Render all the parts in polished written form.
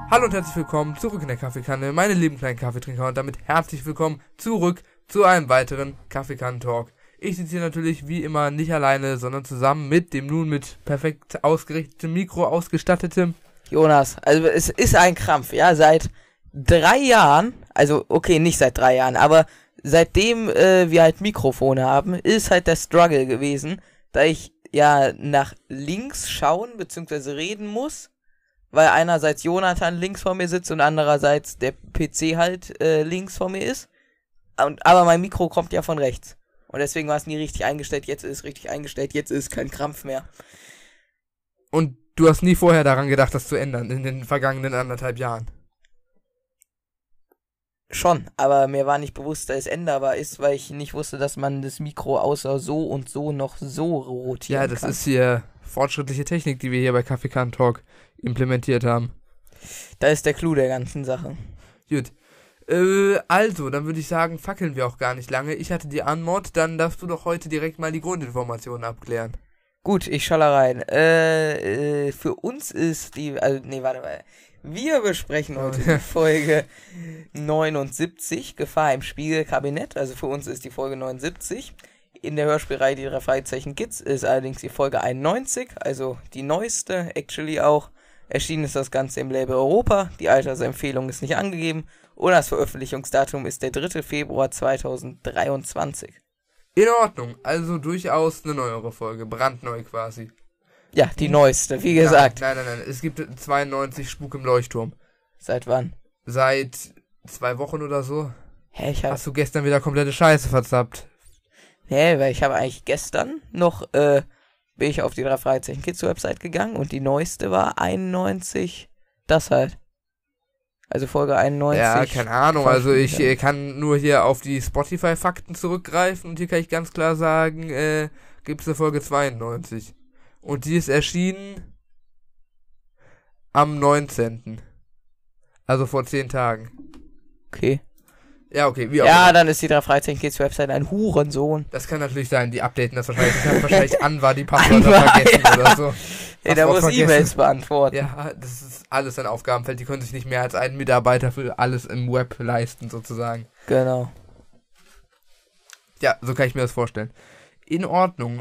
Hallo und herzlich willkommen zurück in der Kaffeekanne, meine lieben kleinen Kaffeetrinker, und damit herzlich willkommen zurück zu einem weiteren Kaffeekannen-Talk. Ich sitze hier natürlich wie immer nicht alleine, sondern zusammen mit dem nun mit perfekt ausgerichtetem Mikro ausgestattetem Jonas. Also es ist ein Krampf, ja, seit 3 Jahren, also okay, nicht seit 3 Jahren, aber seitdem wir halt Mikrofone haben, ist halt der Struggle gewesen, da ich ja nach links schauen bzw. reden muss, weil einerseits Jonathan links vor mir sitzt und andererseits der PC halt links vor mir ist. Aber mein Mikro kommt ja von rechts. Und deswegen war es nie richtig eingestellt, jetzt ist es richtig eingestellt, jetzt ist kein Krampf mehr. Und du hast nie vorher daran gedacht, das zu ändern in den vergangenen 1,5 Jahren? Schon, aber mir war nicht bewusst, dass es änderbar ist, weil ich nicht wusste, dass man das Mikro außer so und so noch so rotieren kann. Ja, das ist hier fortschrittliche Technik, die wir hier bei Kaffeekannen-Talk implementiert haben. Da ist der Clou der ganzen Sache. Gut. Also, dann würde ich sagen, fackeln wir auch gar nicht lange. Ich hatte die Anmod, dann darfst du doch heute direkt mal die Grundinformationen abklären. Gut, ich schalle rein. Für uns ist die, warte mal. Wir besprechen heute die Folge 79, Gefahr im Spiegelkabinett. Also für uns ist die Folge 79. In der Hörspielreihe Die 3 Fragezeichen Kids ist allerdings die Folge 91, also die neueste, actually auch. Erschienen ist das Ganze im Label Europa, die Altersempfehlung ist nicht angegeben und das Veröffentlichungsdatum ist der 3. Februar 2023. In Ordnung, also durchaus eine neuere Folge, brandneu quasi. Ja, die neueste, wie gesagt. Nein, es gibt 92 Spuk im Leuchtturm. Seit wann? Seit 2 Wochen oder so. Hä, Hast du gestern wieder komplette Scheiße verzappt? Nee, weil ich habe eigentlich gestern noch, bin ich auf die 3 Fragezeichen Kids Website gegangen und die neueste war 91, das halt. Also Folge 91. Ja, keine Ahnung, also ich kann nur hier auf die Spotify-Fakten zurückgreifen und hier kann ich ganz klar sagen, gibt's eine Folge 92. Und die ist erschienen am 19. Also vor 10 Tagen. Okay. Ja, okay, wie auch Ja, immer. dann ist die 3 Fragezeichen Kids Website ein Hurensohn. Das kann natürlich sein, die updaten das wahrscheinlich. Ich habe wahrscheinlich Anwar die Passwörter vergessen oder so. Ja, der muss E-Mails beantworten. Ja, das ist alles ein Aufgabenfeld. Die können sich nicht mehr als einen Mitarbeiter für alles im Web leisten, sozusagen. Genau. Ja, so kann ich mir das vorstellen. In Ordnung.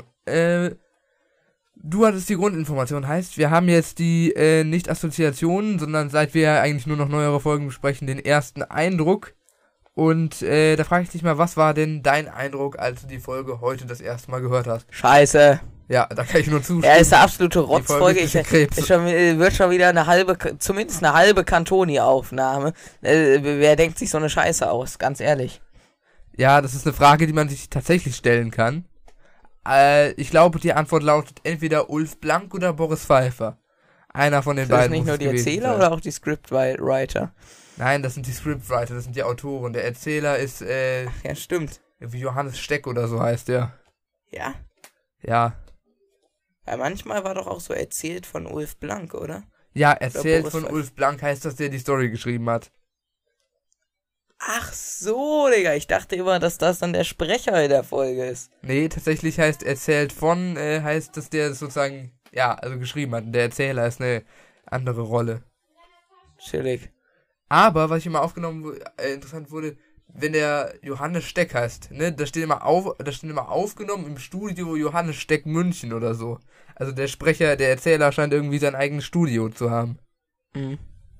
Du hattest die Grundinformation, heißt, wir haben jetzt die, nicht Assoziationen, sondern seit wir eigentlich nur noch neuere Folgen besprechen, den ersten Eindruck. Und da frage ich dich mal, was war denn dein Eindruck, als du die Folge heute das erste Mal gehört hast? Scheiße. Ja, da kann ich nur zustimmen. Ja, ist eine absolute Rotzfolge. Wird schon wieder zumindest eine halbe Cantoni-Aufnahme. Wer denkt sich so eine Scheiße aus, ganz ehrlich? Ja, das ist eine Frage, die man sich tatsächlich stellen kann. Ich glaube, die Antwort lautet entweder Ulf Blank oder Boris Pfeiffer. Einer von den beiden. Ist das nicht nur die Erzähler sein. Oder auch die Scriptwriter? Nein, das sind die Scriptwriter, das sind die Autoren. Der Erzähler ist, ja, stimmt. Irgendwie Johannes Steck oder so heißt der. Ja? Ja. Weil manchmal war doch auch so erzählt von Ulf Blank, oder? Ja, erzählt von Ulf Blank heißt, dass der die Story geschrieben hat. Ach so, Digga, ich dachte immer, dass das dann der Sprecher in der Folge ist. Nee, tatsächlich heißt erzählt von, heißt, dass der sozusagen, ja, also geschrieben hat. Und der Erzähler ist eine andere Rolle. Chillig. Aber, was ich immer interessant wurde, wenn der Johannes Steck heißt, ne, da steht immer aufgenommen im Studio Johannes Steck München oder so. Also der Sprecher, der Erzähler scheint irgendwie sein eigenes Studio zu haben. Mhm.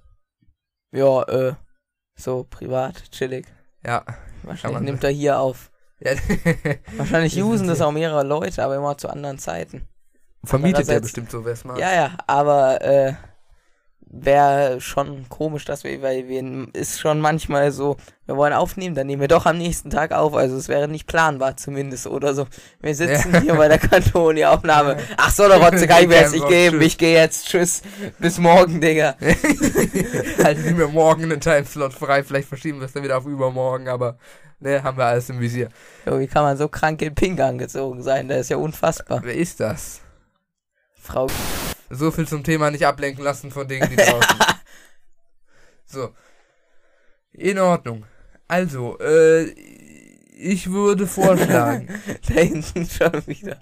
Ja, so privat, chillig. Ja. Wahrscheinlich nimmt er hier auf. Ja. Wahrscheinlich usen das auch mehrere Leute, aber immer zu anderen Zeiten. Vermietet der bestimmt so, wär's mal. Ja, aber wäre schon komisch, weil wir ist schon manchmal so, wir wollen aufnehmen, dann nehmen wir doch am nächsten Tag auf, also es wäre nicht planbar zumindest oder so. Wir sitzen hier bei der Cantoni-Aufnahme. Ach so, der Rotze kann ich mir jetzt nicht geben, ich gehe jetzt, tschüss, bis morgen, Digga. Halt nehmen wir morgen einen Timeslot frei, vielleicht verschieben wir es dann wieder auf übermorgen, aber ne, haben wir alles im Visier. Jo, wie kann man so krank in Pink angezogen sein, das ist ja unfassbar. Wer ist das? Frau. So viel zum Thema nicht ablenken lassen von Dingen, die draußen. So. In Ordnung. Also, ich würde vorschlagen. Da hinten schon wieder.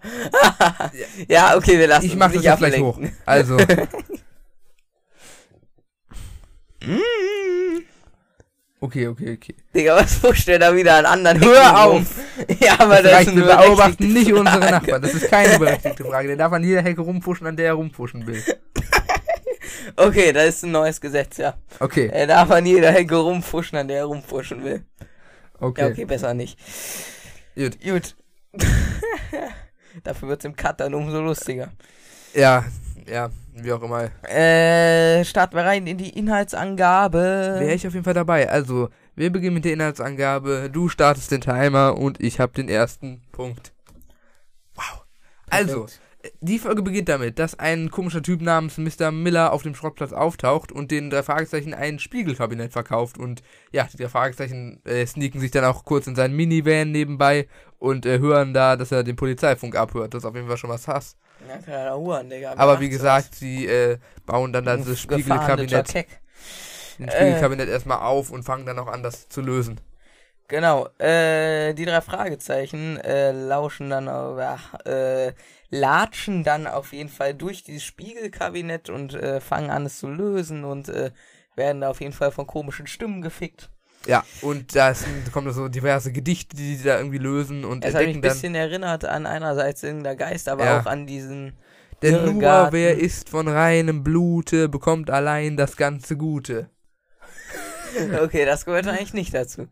Ja, okay, wir lassen Ich mache das jetzt gleich hoch. Also. Okay. Digga, was pusht der da wieder an anderen Hör Ecken rum? auf! Ja, aber Das das reicht, ist wir eine beobachten berechtigte nicht unsere Frage. Nachbarn. Das ist keine berechtigte Frage. Der darf an jeder Hecke rumpfuschen, an der er rumpfuschen will. Okay, das ist ein neues Gesetz, ja. Okay. Er darf an jeder Hecke rumfuschen, an der er rumfuschen will. Okay. Ja, okay, besser nicht. Gut. Dafür wird's im Cut dann umso lustiger. Ja, wie auch immer. Starten wir rein in die Inhaltsangabe. Wäre ich auf jeden Fall dabei. Also, wir beginnen mit der Inhaltsangabe. Du startest den Timer und ich habe den ersten Punkt. Wow. Also, die Folge beginnt damit, dass ein komischer Typ namens Mr. Miller auf dem Schrottplatz auftaucht und den 3 Fragezeichen ein Spiegelkabinett verkauft. Und ja, die 3 Fragezeichen sneaken sich dann auch kurz in seinen Minivan nebenbei und hören da, dass er den Polizeifunk abhört. Das ist auf jeden Fall schon was Hass. Ja, kleiner Huren, Digga. Aber wie gesagt, sie bauen dann das Spiegelkabinett erstmal auf und fangen dann auch an, das zu lösen. Genau, die 3 Fragezeichen latschen dann auf jeden Fall durch dieses Spiegelkabinett und fangen an, es zu lösen und werden da auf jeden Fall von komischen Stimmen gefickt. Ja, und da kommen so diverse Gedichte, die sie da irgendwie lösen und es hat mich entdecken ein bisschen erinnert an einerseits irgendein Geist, aber Ja. auch an diesen denn nur Irrgarten. wer ist von reinem Blute, bekommt allein das ganze Gute. Okay, das gehört eigentlich nicht dazu.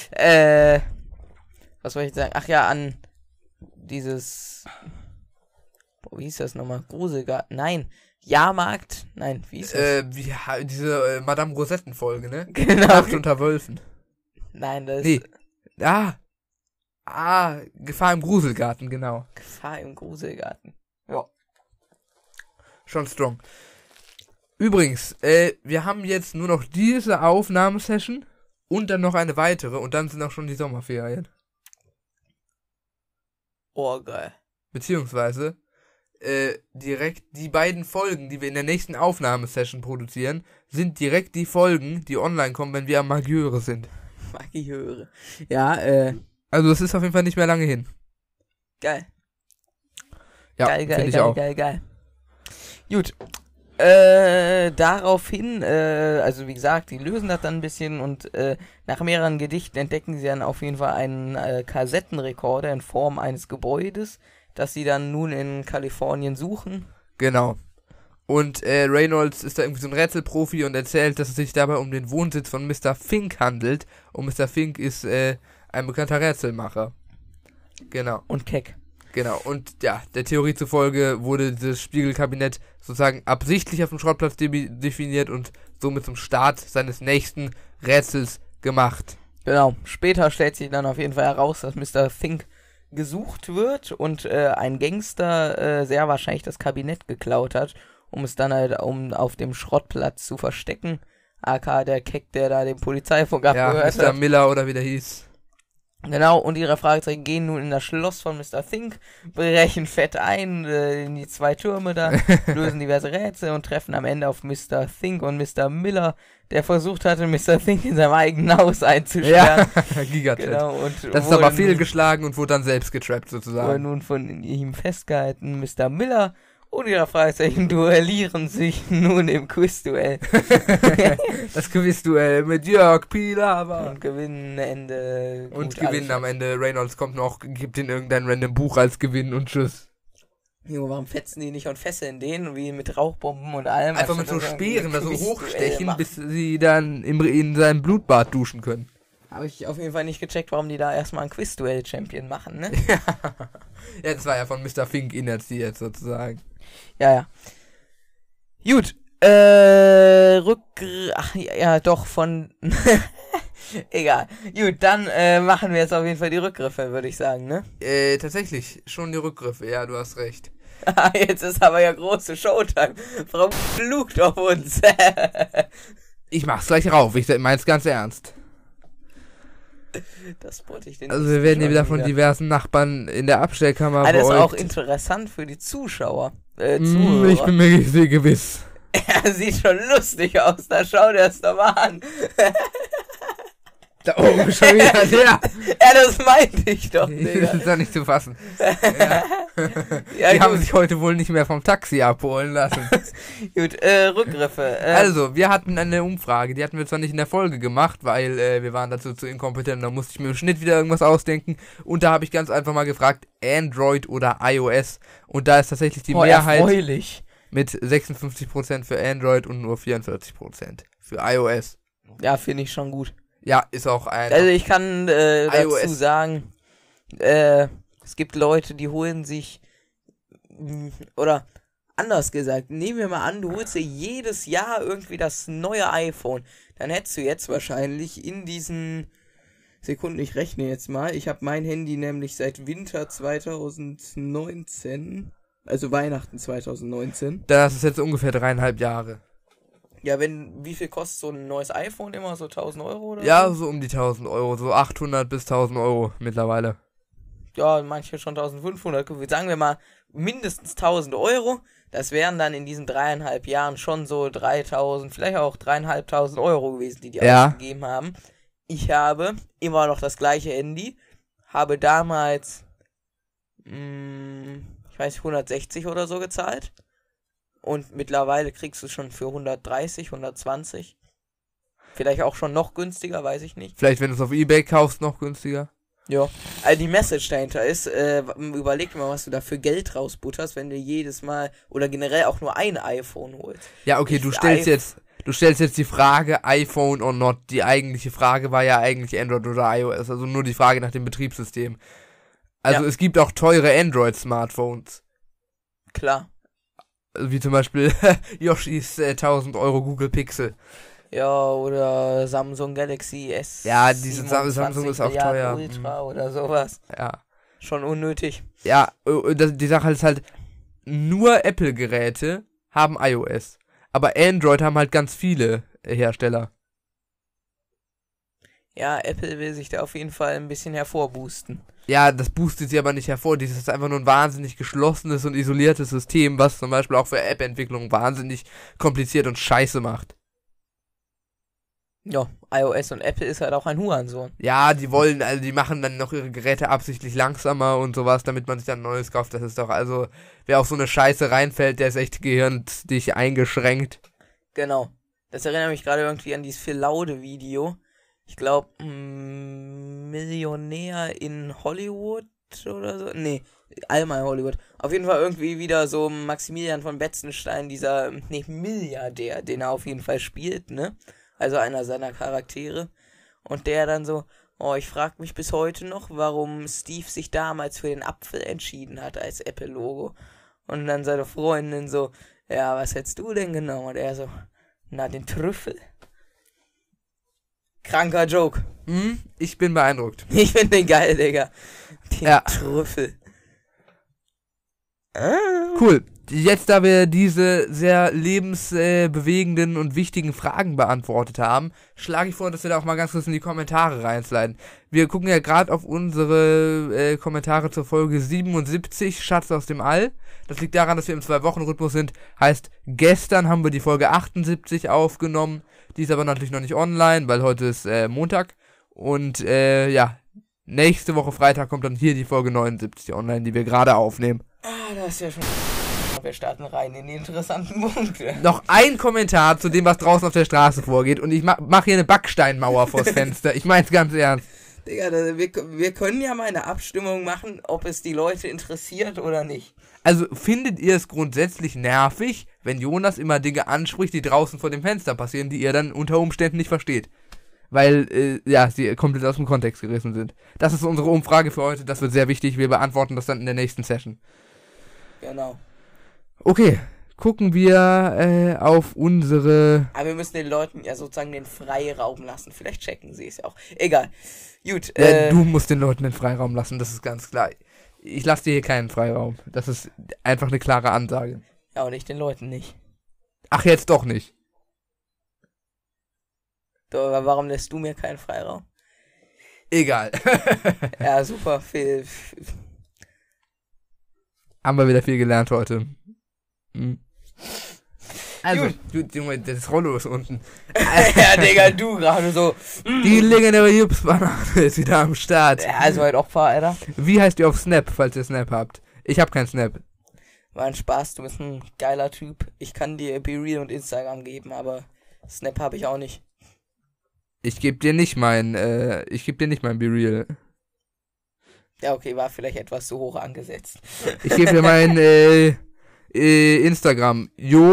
Was wollte ich sagen? Ach ja, an dieses... wie hieß das nochmal? Gruselgarten? Nein. Jahrmarkt? Nein, wie hieß das? Diese Madame Rosetten-Folge, ne? Genau. Nacht unter Wölfen. Nein, das Nee. ist Gefahr im Gruselgarten, genau. Gefahr im Gruselgarten. Ja. Schon strong. Übrigens, wir haben jetzt nur noch diese Aufnahmesession und dann noch eine weitere und dann sind auch schon die Sommerferien. Oh, geil. Beziehungsweise direkt die beiden Folgen, die wir in der nächsten Aufnahmesession produzieren, sind direkt die Folgen, die online kommen, wenn wir am Magieure sind. Magieure. Ja, Also es ist auf jeden Fall nicht mehr lange hin. geil. Ja, Geil. finde ich auch. Gut. Daraufhin, also wie gesagt, die lösen das dann ein bisschen und nach mehreren Gedichten entdecken sie dann auf jeden Fall einen Kassettenrekorder in Form eines Gebäudes, das sie dann nun in Kalifornien suchen. Genau. Und Reynolds ist da irgendwie so ein Rätselprofi und erzählt, dass es sich dabei um den Wohnsitz von Mr. Fink handelt. Und Mr. Fink ist ein bekannter Rätselmacher. Genau. Und keck. Genau. Und ja, der Theorie zufolge wurde dieses Spiegelkabinett sozusagen absichtlich auf dem Schrottplatz definiert und somit zum Start seines nächsten Rätsels gemacht. Genau. Später stellt sich dann auf jeden Fall heraus, dass Mr. Fink gesucht wird und ein Gangster sehr wahrscheinlich das Kabinett geklaut hat, um es dann halt auf dem Schrottplatz zu verstecken. aka der Keck, der da den Polizeifunk abgehört Mr. hat. Miller oder wie der hieß. Genau, und ihre Fragezeichen gehen nun in das Schloss von Mr. Fink, brechen fett ein in die 2 Türme da, lösen diverse Rätsel und treffen am Ende auf Mr. Fink und Mr. Miller, der versucht hatte, Mr. Fink in seinem eigenen Haus einzusperren. Ja, Gigatet. Genau, und Das ist aber fehlgeschlagen und wurde dann selbst getrappt wurde sozusagen. nun von ihm festgehalten. Mr. Miller und ihre Fragezeichen duellieren sich nun im Quizduell Das Quizduell mit Jörg Pilawa. und gewinnen Ende. Und gut, gewinnen alles. am Ende. Reynolds kommt noch, gibt ihnen irgendein random Buch als Gewinn und tschüss. Junge, warum fetzen die nicht und fesseln den, wie mit Rauchbomben und allem? Einfach mit so anstatt dass er Speeren da ein so Quizduell hochstechen, macht? bis sie dann in seinem Blutbad duschen können. Habe ich auf jeden Fall nicht gecheckt, warum die da erstmal ein Quizduell-Champion machen, ne? Ja, das war ja von Mr. Fink initiiert sozusagen. Ja. Gut, ach, ja, doch, von... Egal. Gut, dann machen wir jetzt auf jeden Fall die Rückgriffe, würde ich sagen, ne? Tatsächlich, schon die Rückgriffe, ja, du hast recht. Jetzt ist aber ja große Showtime. Frau lugt auf uns. Ich mach's gleich rauf, ich mein's ganz ernst. Das wollte ich den Also wir werden hier wieder von diversen Nachbarn in der Abstellkammer Das ist auch beäugt. interessant für die Zuschauer. Ich Zuhörer. bin mir sehr gewiss. Er sieht schon lustig aus, da schau dir das doch mal an. Da oben schon wieder der. Ja, das meinte ich doch, Digga. Das ist doch nicht zu fassen. Ja. Ja, Die haben gut. sich heute wohl nicht mehr vom Taxi abholen lassen. Gut, Rückgriffe. Also, wir hatten eine Umfrage, die hatten wir zwar nicht in der Folge gemacht, weil wir waren dazu zu inkompetent, da musste ich mir im Schnitt wieder irgendwas ausdenken und da habe ich ganz einfach mal gefragt, Android oder iOS, und da ist tatsächlich die Mehrheit erfreulich. mit 56% für Android und nur 44% für iOS. Ja, finde ich schon gut. Ja, ist auch ein... Also ich kann dazu iOS. sagen, es gibt Leute, die holen sich, oder anders gesagt, nehmen wir mal an, du holst dir jedes Jahr irgendwie das neue iPhone. Dann hättest du jetzt wahrscheinlich in diesen Sekunden, ich rechne jetzt mal, ich habe mein Handy nämlich seit Winter 2019, also Weihnachten 2019. Das ist jetzt ungefähr 3,5 Jahre. Ja, wie viel kostet so ein neues iPhone immer? So 1.000 Euro oder Ja, so? so um die 1.000 Euro, so 800 bis 1.000 Euro mittlerweile. Ja, manche schon 1.500. Sagen wir mal mindestens 1.000 Euro. Das wären dann in diesen 3,5 Jahren schon so 3.000, vielleicht auch 3.500 Euro gewesen, die Ja. ausgegeben haben. Ich habe immer noch das gleiche Handy. Habe damals, ich weiß nicht, 160 oder so gezahlt. Und mittlerweile kriegst du schon für 130, 120. Vielleicht auch schon noch günstiger, weiß ich nicht. Vielleicht, wenn du es auf eBay kaufst, noch günstiger. Ja. Also die Message dahinter ist, überleg mal, was du da für Geld rausbutterst, wenn du jedes Mal oder generell auch nur ein iPhone holst. Ja, okay, du stellst jetzt die Frage iPhone or not. Die eigentliche Frage war ja eigentlich Android oder iOS, also nur die Frage nach dem Betriebssystem. Also Ja. es gibt auch teure Android-Smartphones. Klar. Wie zum Beispiel Yoshis 1.000 Euro Google Pixel. Ja, oder Samsung Galaxy S. Ja, diese 27 Samsung ist auch Milliarden teuer. Ultra oder sowas. Ja. Schon unnötig. Ja, die Sache ist halt, nur Apple-Geräte haben iOS. Aber Android haben halt ganz viele Hersteller. Ja, Apple will sich da auf jeden Fall ein bisschen hervorboosten. Ja, das boostet sie aber nicht hervor. Dieses ist einfach nur ein wahnsinnig geschlossenes und isoliertes System, was zum Beispiel auch für App-Entwicklung wahnsinnig kompliziert und scheiße macht. Ja, iOS und Apple ist halt auch ein Hurensohn. Ja, die machen dann noch ihre Geräte absichtlich langsamer und sowas, damit man sich dann ein neues kauft. Das ist doch, also, wer auf so eine Scheiße reinfällt, der ist echt gehirnlich eingeschränkt. Genau. Das erinnert mich gerade irgendwie an dieses Viel-Laude-Video. Ich glaube, Millionär in Hollywood oder so. Nee, Alma in Hollywood. Auf jeden Fall irgendwie wieder so Maximilian von Betzenstein, dieser, Milliardär, den er auf jeden Fall spielt, ne? Also einer seiner Charaktere. Und der dann so, ich frag mich bis heute noch, warum Steve sich damals für den Apfel entschieden hat als Apple-Logo. Und dann seine Freundin so, ja, was hättest du denn genommen? Und er so, na, den Trüffel. Kranker Joke. Ich bin beeindruckt. Ich finde den geil, Digga. Den Ja. Trüffel. Cool. Jetzt, da wir diese sehr lebensbewegenden und wichtigen Fragen beantwortet haben, schlage ich vor, dass wir da auch mal ganz kurz in die Kommentare reinsliden. Wir gucken ja gerade auf unsere Kommentare zur Folge 77, Schatz aus dem All. Das liegt daran, dass wir im 2-Wochen-Rhythmus sind. Heißt, gestern haben wir die Folge 78 aufgenommen. Die ist aber natürlich noch nicht online, weil heute ist Montag. Und ja, nächste Woche Freitag kommt dann hier die Folge 79 online, die wir gerade aufnehmen. Das ist ja schon... Wir starten rein in die interessanten Punkte. Noch ein Kommentar zu dem, was draußen auf der Straße vorgeht. Und ich mach hier eine Backsteinmauer vors Fenster. Ich mein's ganz ernst. Digga, wir können ja mal eine Abstimmung machen, ob es die Leute interessiert oder nicht. Also, findet ihr es grundsätzlich nervig, wenn Jonas immer Dinge anspricht, die draußen vor dem Fenster passieren, die ihr dann unter Umständen nicht versteht? Weil, sie komplett aus dem Kontext gerissen sind. Das ist unsere Umfrage für heute. Das wird sehr wichtig. Wir beantworten das dann in der nächsten Session. Genau. Okay, gucken wir auf unsere... Aber wir müssen den Leuten ja sozusagen den Freiraum lassen. Vielleicht checken sie es ja auch. Egal. Gut. Du musst den Leuten den Freiraum lassen, das ist ganz klar. Ich lasse dir hier keinen Freiraum. Das ist einfach eine klare Ansage. Ja, und ich den Leuten nicht. Ach, jetzt doch nicht. Doch, aber warum lässt du mir keinen Freiraum? Egal. Ja, super. Viel. Haben wir wieder viel gelernt heute. Also, Junge, das Rollo ist unten. Ja, Digga, du gerade so. Die legendäre Jups-Banane ist wieder am Start. Ja, also halt Opfer, Alter. Wie heißt ihr auf Snap, falls ihr Snap habt? Ich hab keinen Snap. War ein Spaß, du bist ein geiler Typ. Ich kann dir BeReal und Instagram geben, aber Snap habe ich auch nicht. Ich geb dir nicht mein BeReal. Ja, okay, war vielleicht etwas zu hoch angesetzt. Ich gebe dir mein Instagram.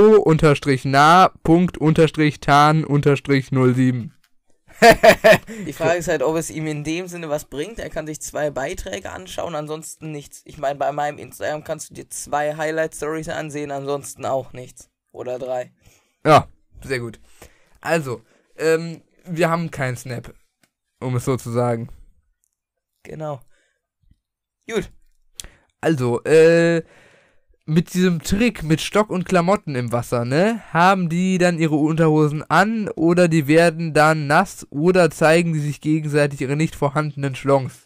jo_na._tan_07. Die Frage ist halt, ob es ihm in dem Sinne was bringt. Er kann sich 2 Beiträge anschauen, ansonsten nichts. Ich meine, bei meinem Instagram kannst du dir 2 Highlight-Stories ansehen, ansonsten auch nichts. Oder 3. Ja, sehr gut. Also, wir haben keinen Snap, um es so zu sagen. Genau. Gut. Also, mit diesem Trick mit Stock und Klamotten im Wasser, ne, haben die dann ihre Unterhosen an oder die werden dann nass oder zeigen die sich gegenseitig ihre nicht vorhandenen Schlongs?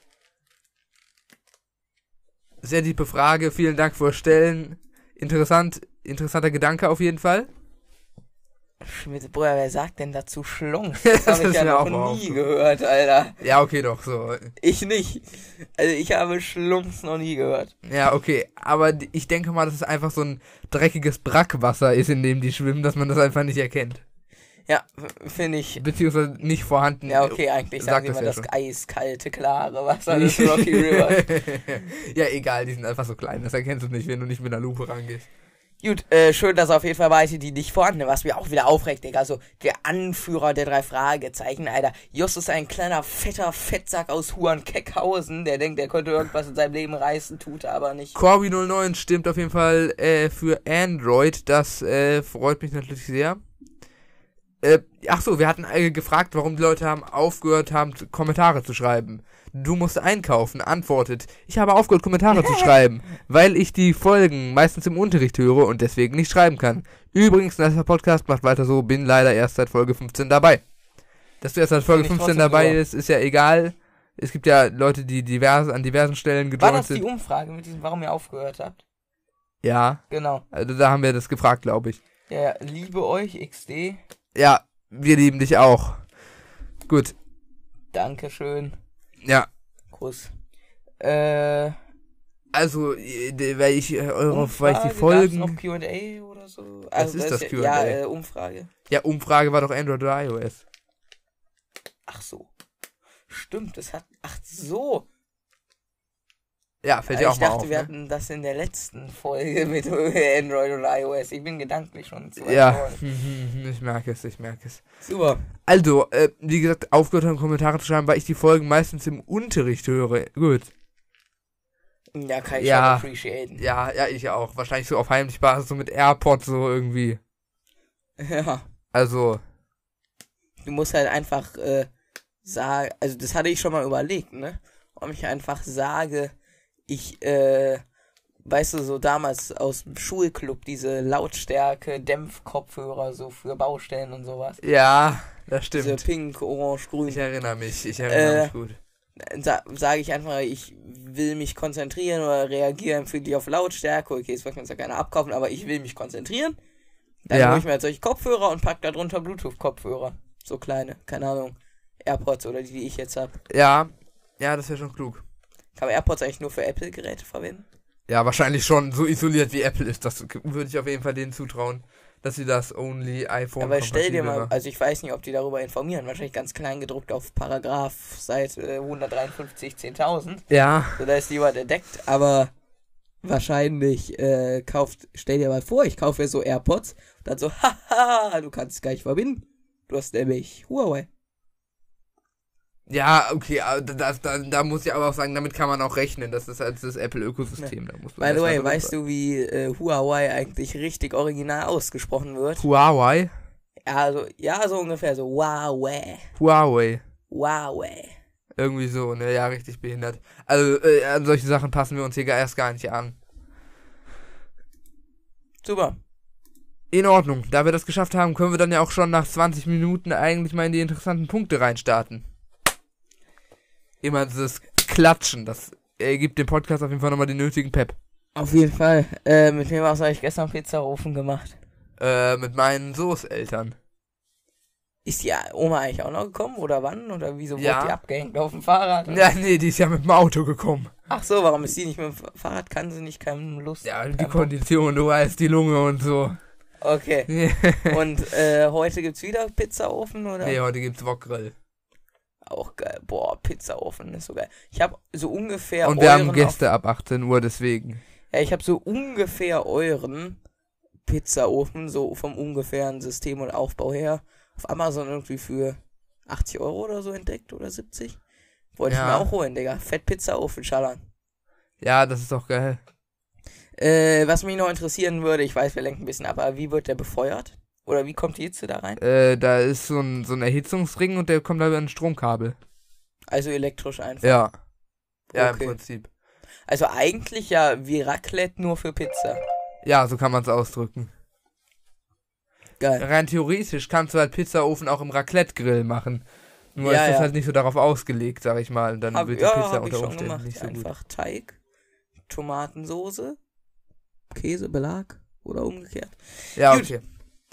Sehr tiefe Frage, vielen Dank fürs Stellen. Interessanter Gedanke auf jeden Fall. Schmidt, Bruder, wer sagt denn dazu Schlongs? Das habe ich ja noch nie gehört, Alter. Ja, okay, doch, so. Ich nicht. Also ich habe Schlungs noch nie gehört. Ja, okay, aber ich denke mal, dass es einfach so ein dreckiges Brackwasser ist, in dem die schwimmen, dass man das einfach nicht erkennt. Ja, finde ich. Beziehungsweise nicht vorhanden. Ja, okay, eigentlich sagen sie immer ja das schon. eiskalte, klare Wasser des Rocky River. Ja, egal, die sind einfach so klein, das erkennst du nicht, wenn du nicht mit einer Lupe rangehst. Gut, schön, dass auf jeden Fall weiß ich die nicht vorhanden, was mir auch wieder aufregt, Digga. Also, der Anführer der 3 Fragezeichen, Alter. Justus ist ein kleiner, fetter Fettsack aus Huan-Keckhausen, der denkt, er könnte irgendwas in seinem Leben reißen, tut er aber nicht. Corby09 stimmt auf jeden Fall für Android, das freut mich natürlich sehr. Achso, wir hatten gefragt, warum die Leute aufgehört haben, Kommentare zu schreiben. Du musst einkaufen, antwortet. Ich habe aufgehört, Kommentare zu schreiben, weil ich die Folgen meistens im Unterricht höre und deswegen nicht schreiben kann. Übrigens, nächster Podcast macht weiter so, bin leider erst seit Folge 15 dabei. Dass du erst seit Folge 15 dabei bist, ist ja egal. Es gibt ja Leute, die an diversen Stellen gejoint sind. War das die Umfrage mit diesem, warum ihr aufgehört habt? Ja. Genau. Also da haben wir das gefragt, glaube ich. Ja, liebe euch, XD. Ja, wir lieben dich auch. Gut. Dankeschön. Ja. Kuss. Also, weil ich die Umfrage, Folgen... noch Q&A oder so? Was ist das Q&A? Ja, Umfrage. Ja, Umfrage war doch Android oder iOS. Ach so. Stimmt, das hat... Ach so. Ja, fällt dir auch mal auf. Ich dachte, wir hatten das in der letzten Folge mit Android oder iOS. Ich bin gedanklich schon zu weit geworden. Ich merke es. Super. Also, wie gesagt, aufgehört haben, Kommentare zu schreiben, weil ich die Folgen meistens im Unterricht höre. Gut. Ja, kann ich schon appreciaten. Ja, ich auch. Wahrscheinlich so auf heimlich Basis, so mit AirPods so irgendwie. Ja. Also. Du musst halt einfach sagen, also das hatte ich schon mal überlegt, ne? Ob ich einfach sage, ich, weißt du, so damals aus dem Schulclub, diese Lautstärke, Dämpfkopfhörer so für Baustellen und sowas. Ja, das stimmt. Diese pink, orange, grün. Ich erinnere mich gut. Sage ich einfach, ich will mich konzentrieren oder reagiere empfindlich auf Lautstärke. Okay, das wird mir jetzt ja keiner abkaufen, aber ich will mich konzentrieren. Dann hole ich mir halt solche Kopfhörer und pack da drunter Bluetooth-Kopfhörer. So kleine, keine Ahnung, AirPods oder die ich jetzt habe. Ja, das wäre schon klug. Kann man AirPods eigentlich nur für Apple-Geräte verwenden? Ja, wahrscheinlich schon. So isoliert wie Apple ist, das würde ich auf jeden Fall denen zutrauen, dass sie das only iPhone. Aber stell dir mal, also ich weiß nicht, ob die darüber informieren, wahrscheinlich ganz klein gedruckt auf Paragraph seit 153 10.000. Ja. So, da ist jemand entdeckt, aber wahrscheinlich stell dir mal vor, ich kaufe mir so AirPods und dann so, haha, du kannst es gar nicht verbinden. Du hast nämlich Huawei. Ja, okay, da muss ich aber auch sagen, damit kann man auch rechnen. Das ist halt das Apple-Ökosystem. Ja. Da muss By the way, weißt du, wie Huawei eigentlich richtig original ausgesprochen wird? Huawei? Ja, so ungefähr so. Huawei. Irgendwie so, ne? Ja, richtig behindert. Also, an solche Sachen passen wir uns hier erst gar nicht an. Super. In Ordnung. Da wir das geschafft haben, können wir dann ja auch schon nach 20 Minuten eigentlich mal in die interessanten Punkte reinstarten. Immer dieses Klatschen, das gibt dem Podcast auf jeden Fall nochmal den nötigen Pep. Auf jeden Fall. Mit wem hast du eigentlich gestern Pizzaofen gemacht? Mit meinen Großeltern. Ist die Oma eigentlich auch noch gekommen oder wann? Oder wieso Ja. wurde die abgehängt auf dem Fahrrad? Ja, nee, die ist ja mit dem Auto gekommen. Ach so, warum ist die nicht mit dem Fahrrad? Kann sie nicht, keine Lust? Ja, die kein Kondition, du weißt, die Lunge und so. Bock. Okay. Und heute gibt's wieder Pizzaofen, oder? Nee, heute gibt's Wokgrill. Auch geil. Boah, Pizzaofen ist so geil. Ich habe so ungefähr Und wir haben euren Gäste ab 18 Uhr, deswegen. Ja, ich habe so ungefähr euren Pizzaofen, so vom ungefähren System und Aufbau her, auf Amazon irgendwie für 80 Euro oder so entdeckt oder 70. Wollte ich Ja. mir auch holen, Digga. Fett-Pizzaofen, schallern. Ja, das ist doch geil. Was mich noch interessieren würde, ich weiß, wir lenken ein bisschen ab, aber wie wird der befeuert? Oder wie kommt die Hitze da rein? Da ist so ein Erhitzungsring und der kommt da über ein Stromkabel. Also elektrisch einfach. Ja. Ja, Okay. im Prinzip. Also eigentlich ja wie Raclette nur für Pizza. Ja, so kann man es ausdrücken. Geil. Rein theoretisch kannst du halt Pizzaofen auch im Raclette-Grill machen. Nur Ja, ist das ja. halt nicht so darauf ausgelegt, sag ich mal. Und dann wird die Pizza hab ich unter schon Umständen gemacht. nicht so gut. Einfach Teig, Tomatensoße, Käse, Belag oder umgekehrt. Ja, Gut. okay.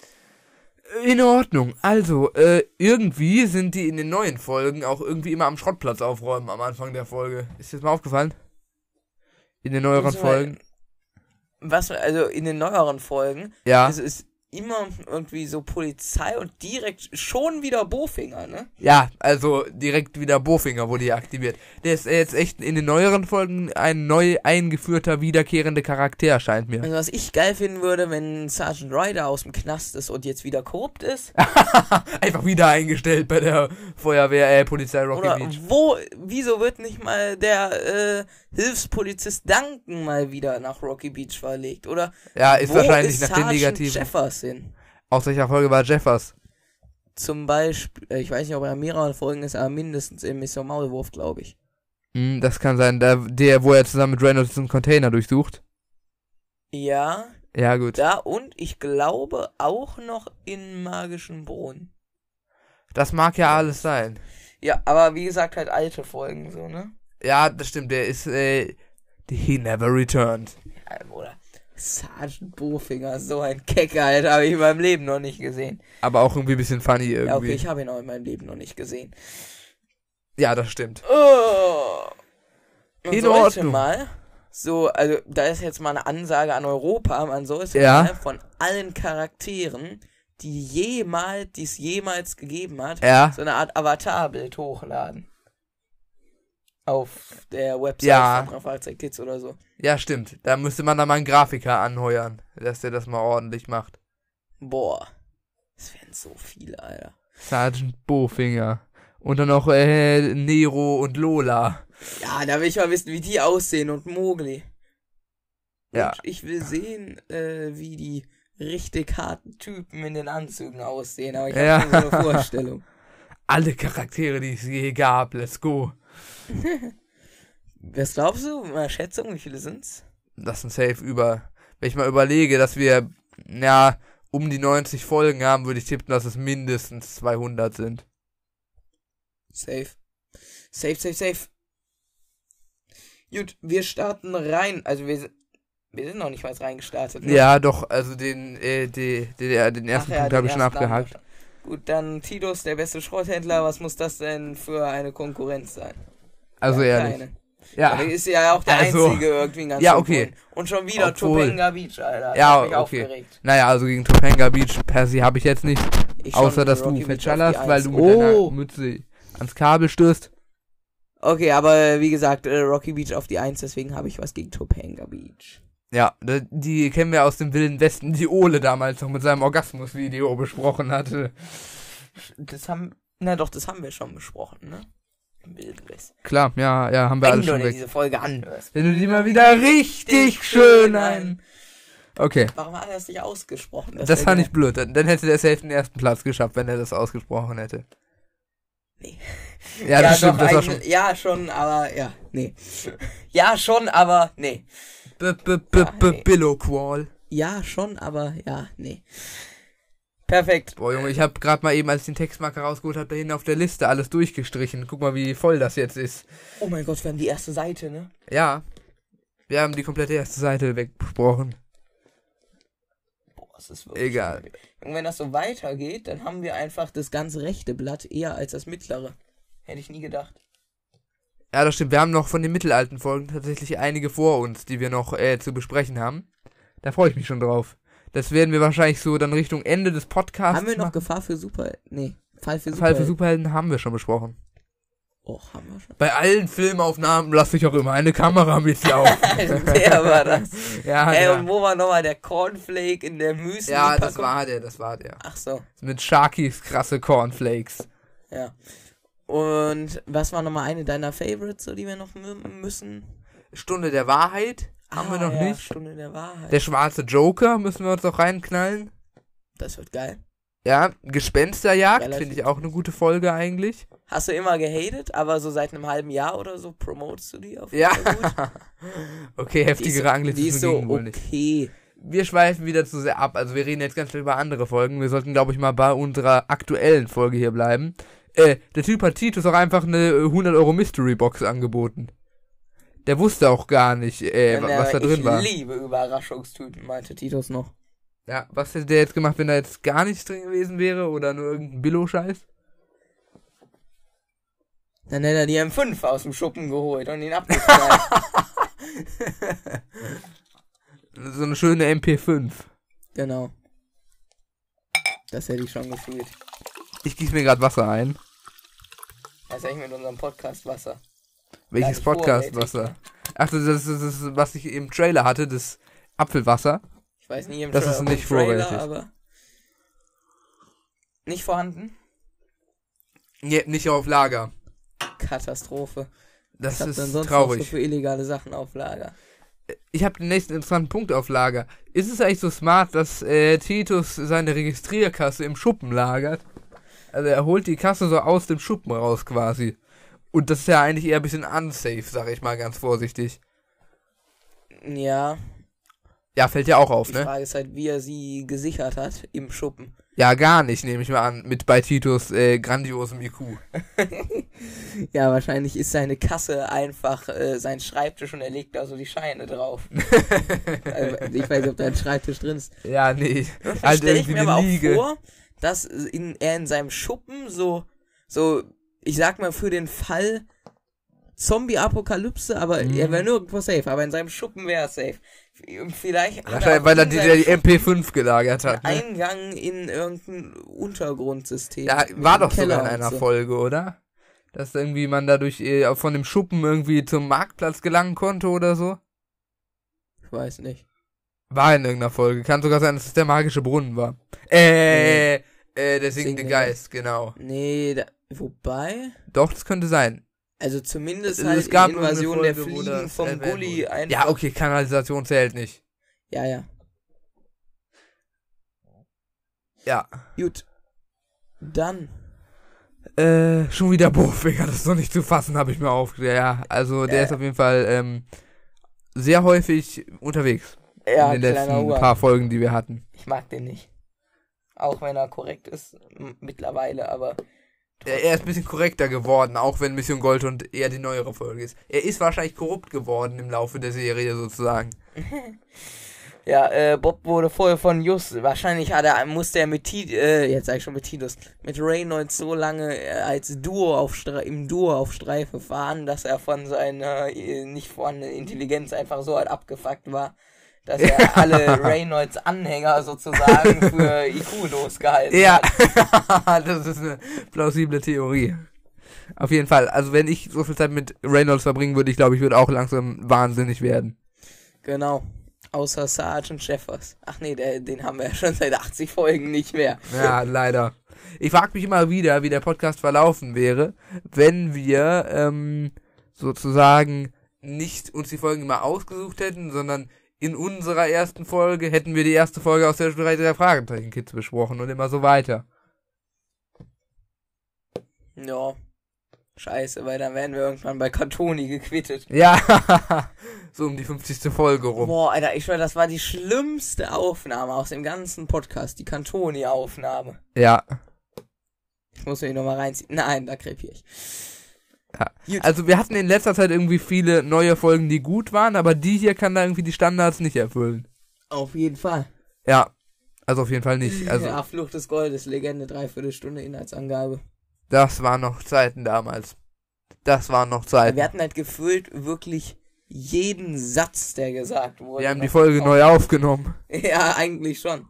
In Ordnung. Also, irgendwie sind die in den neuen Folgen auch irgendwie immer am Schrottplatz aufräumen am Anfang der Folge. Ist dir das mal aufgefallen? In den neueren Also, Folgen? Also in den neueren Folgen, Ja. es ist immer irgendwie so Polizei und direkt schon wieder Bofinger, ne? Ja, also direkt wieder Bofinger wurde hier aktiviert. Der ist jetzt echt in den neueren Folgen ein neu eingeführter, wiederkehrender Charakter, scheint mir. Also was ich geil finden würde, wenn Sergeant Ryder aus dem Knast ist und jetzt wieder korrupt ist. Einfach wieder eingestellt bei der Feuerwehr, Polizei Rocky Oder Beach. wieso wird nicht mal der Hilfspolizist Duncan mal wieder nach Rocky Beach verlegt? Oder Ja, ist wo wahrscheinlich ist nach den Sergeant negativen. Jeffers hin? Aus welcher Folge war Jeffers? Zum Beispiel, ich weiß nicht, ob er in mehreren Folgen ist, aber mindestens in Mission Maulwurf, glaube ich. Das kann sein, wo er zusammen mit Reynolds einen Container durchsucht. Ja, Ja, gut. da und ich glaube auch noch in Magischen Brunnen. Das mag ja alles sein. Ja, aber wie gesagt, halt alte Folgen so, ne? Ja, das stimmt, der ist, He Never Returned. Ja, Bruder. Sergeant Bofinger, so ein Kecker, Alter, habe ich in meinem Leben noch nicht gesehen. Aber auch irgendwie ein bisschen funny irgendwie. Ja, okay, ich habe ihn auch in meinem Leben noch nicht gesehen. Ja, das stimmt. Oh. Man In sollte Ordnung. mal, so, also da ist jetzt mal eine Ansage an Europa, man sollte Ja. mal von allen Charakteren, die es jemals gegeben hat, Ja. so eine Art Avatarbild hochladen. Auf der Website Ja. von Freizeit Kids oder so. Ja, stimmt. Da müsste man dann mal einen Grafiker anheuern, dass der das mal ordentlich macht. Boah. Das wären so viele, Alter. Sergeant Bofinger. Und dann noch Nero und Lola. Ja, da will ich mal wissen, wie die aussehen und Mowgli. Und Ja. ich will sehen, wie die richtig harten Typen in den Anzügen aussehen, aber ich habe Ja. schon so eine Vorstellung. Alle Charaktere, die es je gab. Let's go. Was glaubst du? Mal Schätzung, wie viele sind's? Das sind safe über. Wenn ich mal überlege, dass wir, ja, um die 90 Folgen haben, würde ich tippen, dass es mindestens 200 sind. Safe. Safe. Gut, wir starten rein. Also wir sind noch nicht mal reingestartet. Ne? Ja, doch, also den ersten Ach ja, Punkt den habe ich schon ersten haben wir abgehakt. schon. Gut, dann Titus, der beste Schrotthändler. Was muss das denn für eine Konkurrenz sein? Also Ja, ehrlich. keine. Ja, Der ist ja auch der Also, einzige irgendwie in ganz ja, Polen. okay. Und schon wieder Obwohl- Topanga Beach, Alter. Das Ja, hat mich okay. aufgeregt. Naja, also gegen Topanga Beach per se habe ich jetzt nicht. Ich Außer, schon dass du Rocky Beach verchallerst, auf die weil Eins. du mit Oh. deiner Mütze ans Kabel stößt. Okay, aber wie gesagt, Rocky Beach auf die 1, deswegen habe ich was gegen Topanga Beach. Ja, die kennen wir aus dem Wilden Westen, die Ole damals noch mit seinem Orgasmus-Video besprochen hatte. Das haben wir schon besprochen, ne? Im Wilden Westen. Klar, ja, haben wir Wenn alles du schon dir weg. diese Folge anhörst. Wenn du die mal wieder richtig schön ein... Okay, Warum hat er es nicht ausgesprochen? das wär fand geil. ich blöd. Dann hätte der safe den ersten Platz geschafft, wenn er das ausgesprochen hätte. Nee. Ja, das doch, stimmt, das war schon... eigentlich- Ja, schon, aber ja, nee. Ja, schon, aber nee. nee. Billoqual. Ja, schon, aber ja, nee. Perfekt. Boah, Junge, ich habe gerade mal eben, als ich den Textmarker rausgeholt habe, da hinten auf der Liste alles durchgestrichen. Guck mal, wie voll das jetzt ist. Oh mein Gott, wir haben die erste Seite, ne? Ja, wir haben die komplette erste Seite wegbesprochen. Boah, Das ist wirklich Egal. schwierig. Und wenn das so weitergeht, dann haben wir einfach das ganze rechte Blatt eher als das mittlere. Hätte ich nie gedacht. Ja, das stimmt. Wir haben noch von den mittelalten Folgen tatsächlich einige vor uns, die wir noch zu besprechen haben. Da freue ich mich schon drauf. Das werden wir wahrscheinlich so dann Richtung Ende des Podcasts Haben wir noch machen. Gefahr für Super... Nee, Fall für Fall für Superhelden haben wir schon besprochen. Och, haben wir schon. Bei allen Filmaufnahmen lasse ich auch immer eine Kamera mitlaufen. Der war das. Ja, Ey, ja. und wo war nochmal der Cornflake in der Müsli? Ja, das war der. Ach so, Mit Sharkies krasse Cornflakes. ja. Und was war nochmal eine deiner Favorites, so die wir noch müssen? Stunde der Wahrheit haben wir noch ja, nicht. Stunde der Wahrheit. Der schwarze Joker müssen wir uns noch reinknallen. Das wird geil. Ja, Gespensterjagd Relativ finde ich auch eine gute Folge eigentlich. Hast du immer gehatet, aber so seit einem halben Jahr oder so promotest du die auf Ja. jeden Fall gut? Okay, heftigere Die Anglizismen ist so gingen wohl nicht. okay. Wir schweifen wieder zu sehr ab. Also wir reden jetzt ganz viel über andere Folgen. Wir sollten, glaube ich, mal bei unserer aktuellen Folge hier bleiben. Der Typ hat Titus auch einfach eine 100 € Mystery Box angeboten. Der wusste auch gar nicht, was da drin war. Ich liebe Überraschungstypen, meinte Titus noch. Ja, was hätte der jetzt gemacht, wenn da jetzt gar nichts drin gewesen wäre oder nur irgendein Billo-Scheiß? Dann hätte er die M5 aus dem Schuppen geholt und ihn abgeknallt. So eine schöne MP5. Genau. Das hätte ich schon gefühlt. Ich gieße mir gerade Wasser ein. Was ist eigentlich mit unserem Podcast Wasser? Welches Gar nicht Podcast-Wasser? Ach, das ist, was ich im Trailer hatte, das Apfelwasser. Ich weiß nicht, im Das ist nicht Trailer, vorrätig. aber nicht vorhanden. Nee, nicht auf Lager. Katastrophe. Das Ich hab ist dann sonst noch so traurig. für illegale Sachen auf Lager. Ich habe den nächsten interessanten Punkt auf Lager. Ist es eigentlich so smart, dass Titus seine Registrierkasse im Schuppen lagert? Also er holt die Kasse so aus dem Schuppen raus quasi. Und das ist ja eigentlich eher ein bisschen unsafe, sag ich mal ganz vorsichtig. Ja, Ja, fällt ja auch auf, die ne? Frage ist halt, wie er sie gesichert hat im Schuppen. Ja, gar nicht, nehme ich mal an, mit bei Titus grandiosem IQ. Ja, wahrscheinlich ist seine Kasse einfach sein Schreibtisch und er legt da so die Scheine drauf. Also, ich weiß nicht, ob da ein Schreibtisch drin ist. Ja, nee. Dann stelle ich irgendwie mir eine aber auch Liege. vor, dass er in seinem Schuppen so, ich sag mal für den Fall Zombie-Apokalypse, aber er wäre nirgendwo safe, aber in seinem Schuppen wäre er safe. Vielleicht hat Wahrscheinlich, auch weil er in die seinem MP5 gelagert hat. einen Ne? Eingang in irgendein Untergrundsystem. Ja, mit war einem doch sogar Keller in und einer so. Folge, oder? Dass irgendwie man dadurch von dem Schuppen irgendwie zum Marktplatz gelangen konnte oder so. Ich weiß nicht. War in irgendeiner Folge. Kann sogar sein, dass es der magische Brunnen war. Der singende Singende Geist, genau. Nee, wobei, Doch, das könnte sein. also zumindest Es halt gab in Invasion irgendeine der Folge, wo Fliegen das vom erwähnt Gully wurde. einfach. Ja, okay, Kanalisation zählt nicht. Ja, ja. Ja. Gut. Dann. Schon wieder Bofinger, das ist noch nicht zu fassen, habe ich mir aufgeschrieben. Ja, also der ist auf jeden Fall sehr häufig unterwegs. Ja, in den kleiner letzten Huan. paar Folgen, die wir hatten. Ich mag den nicht. Auch wenn er korrekt ist, mittlerweile, aber. Er ist ein bisschen korrekter geworden, auch wenn Mission Goldhund eher die neuere Folge ist. Er ist wahrscheinlich korrupt geworden im Laufe der Serie sozusagen. Ja, Bob wurde vorher von Just, wahrscheinlich musste er mit jetzt sag ich schon mit Titus, mit Reynolds so lange als im Duo auf Streife fahren, dass er von seiner nicht vorhandenen Intelligenz einfach so halt abgefuckt war, dass er alle Reynolds Anhänger sozusagen für IQ losgehalten Ja, hat. das ist eine plausible Theorie. Auf jeden Fall, also wenn ich so viel Zeit mit Reynolds verbringen würde, ich glaube, ich würde auch langsam wahnsinnig werden. Genau. Außer Sergeant Jeffers. Ach nee, den haben wir ja schon seit 80 Folgen nicht mehr. Ja, leider. Ich frage mich immer wieder, wie der Podcast verlaufen wäre, wenn wir sozusagen nicht uns die Folgen immer ausgesucht hätten, sondern in unserer ersten Folge hätten wir die erste Folge aus der 3 Fragezeichen-Kids besprochen und immer so weiter. Ja. Scheiße, weil dann wären wir irgendwann bei Cantoni gequittet. Ja, so um die 50. Folge rum. Boah, Alter, ich schwör, das war die schlimmste Aufnahme aus dem ganzen Podcast, die Cantoni-Aufnahme. Ja. Ich muss mich nochmal reinziehen. Nein, da krepiere ich. Ja. Gut. Also wir hatten in letzter Zeit irgendwie viele neue Folgen, die gut waren, aber die hier kann da irgendwie die Standards nicht erfüllen. Auf jeden Fall. Ja. Also auf jeden Fall nicht. Also Ja, Flucht des Goldes, Legende, 3/4 Stunde Inhaltsangabe. das waren noch Zeiten damals. Das waren noch Zeiten. Wir hatten halt gefühlt wirklich jeden Satz, der gesagt wurde. Wir haben die Folge neu aufgenommen. Ja, eigentlich schon.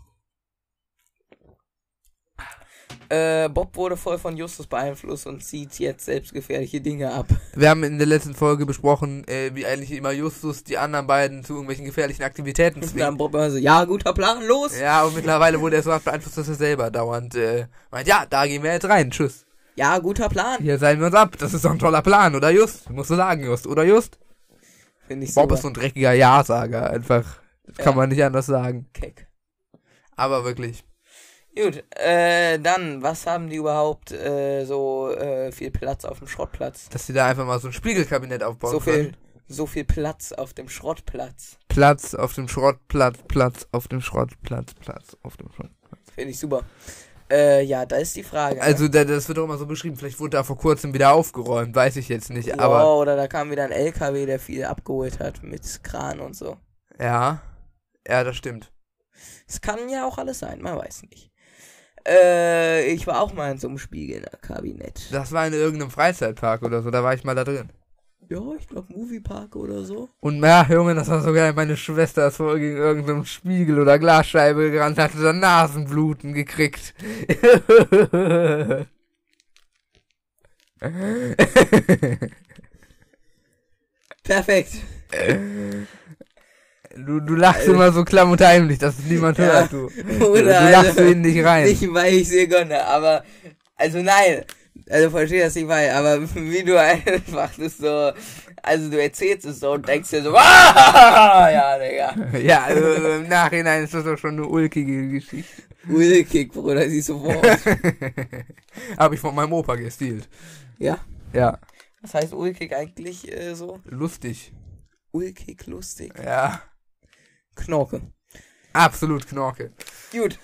Bob wurde voll von Justus beeinflusst und zieht jetzt selbstgefährliche Dinge ab. Wir haben in der letzten Folge besprochen, wie eigentlich immer Justus die anderen beiden zu irgendwelchen gefährlichen Aktivitäten Und dann zwingt. Bob immer so, ja, guter Plan, los! Ja, und mittlerweile wurde er so beeinflusst, dass er selber dauernd meint, ja, da gehen wir jetzt rein, tschüss. Ja, guter Plan. Hier seilen wir uns ab, das ist doch ein toller Plan, oder Just? Musst du sagen, Just, oder Just? Finde ich Bob super. ist so ein dreckiger Ja-Sager, einfach. Das kann Ja. man nicht anders sagen. Keck. Aber wirklich. Gut, dann, was haben die überhaupt so viel Platz auf dem Schrottplatz? Dass sie da einfach mal so ein Spiegelkabinett aufbauen können. So viel Platz auf dem Schrottplatz. Platz auf dem Schrottplatz, Platz auf dem Schrottplatz, Platz auf dem Schrottplatz. Finde ich super. Ja, da ist die Frage. Also das wird doch immer so beschrieben, vielleicht wurde da vor kurzem wieder aufgeräumt, weiß ich jetzt nicht, ne? aber Oder da kam wieder ein LKW, der viel abgeholt hat mit Kran und so. ja, das stimmt. Es kann ja auch alles sein, man weiß nicht. Ich war auch mal in so einem Spiegelkabinett. Das war in irgendeinem Freizeitpark oder so, da war ich mal da drin. Ja, ich glaube Moviepark oder so. Und ja, Junge, das war so geil, meine Schwester ist voll gegen irgendeinem Spiegel oder Glasscheibe gerannt, hatte dann Nasenbluten gekriegt. Perfekt. Du lachst immer so klamm und heimlich, dass es niemand hört, du. Oder Du lachst so in dich rein. Nicht, weil ich sie gönne, aber, also nein, also verstehe das nicht mal, aber wie du einfach das so, also du erzählst es so und denkst dir so, ja, Digga. Ja, also im Nachhinein ist das doch schon eine ulkige Geschichte. Ulkig, Bruder, siehst du vor. Habe ich von meinem Opa gestealt. Ja. Ja. Was heißt ulkig eigentlich so? Lustig. Ulkig, lustig. Ja. Knorke. Absolut Knorke. Gut.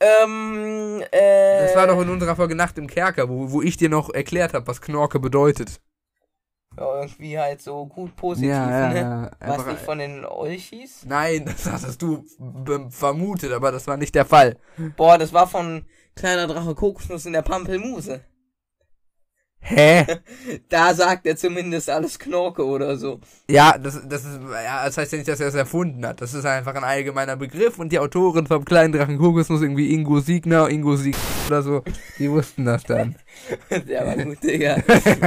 Das war doch in unserer Folge Nacht im Kerker, wo ich dir noch erklärt habe, was Knorke bedeutet. Ja, irgendwie halt so gut positiv, ne? Was nicht von den Olchis? Nein, das hattest du vermutet, aber das war nicht der Fall. Boah, das war von Kleiner Drache Kokosnuss in der Pampelmuse. Hä? Da sagt er zumindest alles Knorke oder so. Ja, das heißt ja nicht, dass er es erfunden hat. Das ist einfach ein allgemeiner Begriff und die Autoren vom kleinen Drachen Kokosnuss, irgendwie Ingo Siegner oder so, die wussten das dann. Der war gut, Digga.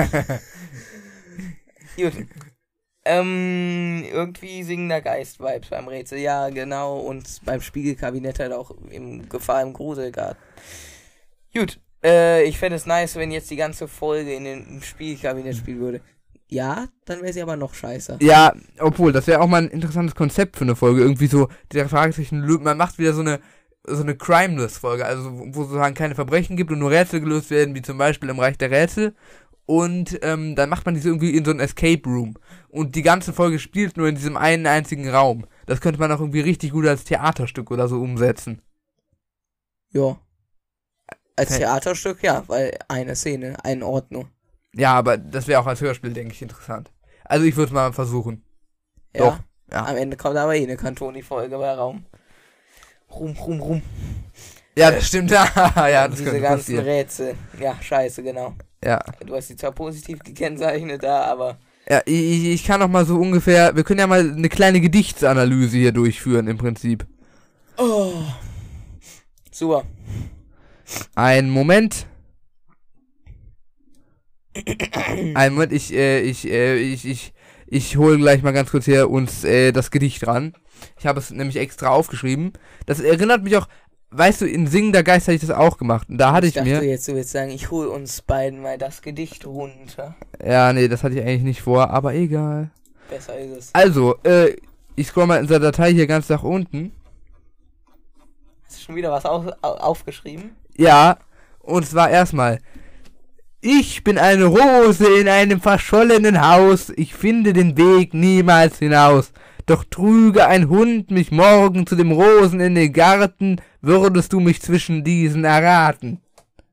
Gut. Irgendwie singender Geist-Vibes beim Rätsel, ja, genau, und beim Spiegelkabinett halt auch im Gefahr im Gruselgarten. Gut, ich fände es nice, wenn jetzt die ganze Folge in den Spiegelkabinett spielen würde. Ja, dann wäre sie aber noch scheiße. Ja, obwohl, das wäre auch mal ein interessantes Konzept für eine Folge. Irgendwie so, der Fragezeichen, man macht wieder so eine Crimeless-Folge, also wo sozusagen keine Verbrechen gibt und nur Rätsel gelöst werden, wie zum Beispiel im Reich der Rätsel. Und dann macht man diese irgendwie in so ein Escape Room. Und die ganze Folge spielt nur in diesem einen einzigen Raum. Das könnte man auch irgendwie richtig gut als Theaterstück oder so umsetzen. Ja. Als Okay. Theaterstück, ja, weil eine Szene, ein Ort nur. Ja, aber das wäre auch als Hörspiel, denke ich, interessant. Also ich würde es mal versuchen. Ja. Doch, ja. Am Ende kommt aber eine Cantoni-Folge bei Raum. Rum. Ja, das stimmt. Ja, das Diese könnte ganzen passieren. Rätsel. Ja, scheiße, genau. Ja. Du hast die zwar positiv gekennzeichnet da, aber... Ja, ich kann noch mal so ungefähr, wir können ja mal eine kleine Gedichtsanalyse hier durchführen im Prinzip. Oh. Super. Einen Moment. Einen Moment, ich hole gleich mal ganz kurz hier uns das Gedicht ran. Ich habe es nämlich extra aufgeschrieben. Das erinnert mich auch, weißt du, in Singender Geist hatte ich das auch gemacht. Und da hatte ich dachte mir... jetzt, du willst sagen, ich hole uns beiden mal das Gedicht runter. Ja, nee, das hatte ich eigentlich nicht vor, aber egal. Besser ist es. Also, ich scroll mal in der Datei hier ganz nach unten. Hast du schon wieder was aufgeschrieben? Ja, und zwar erstmal. Ich bin eine Rose in einem verschollenen Haus, ich finde den Weg niemals hinaus. Doch trüge ein Hund mich morgen zu dem Rosen in den Garten, würdest du mich zwischen diesen erraten.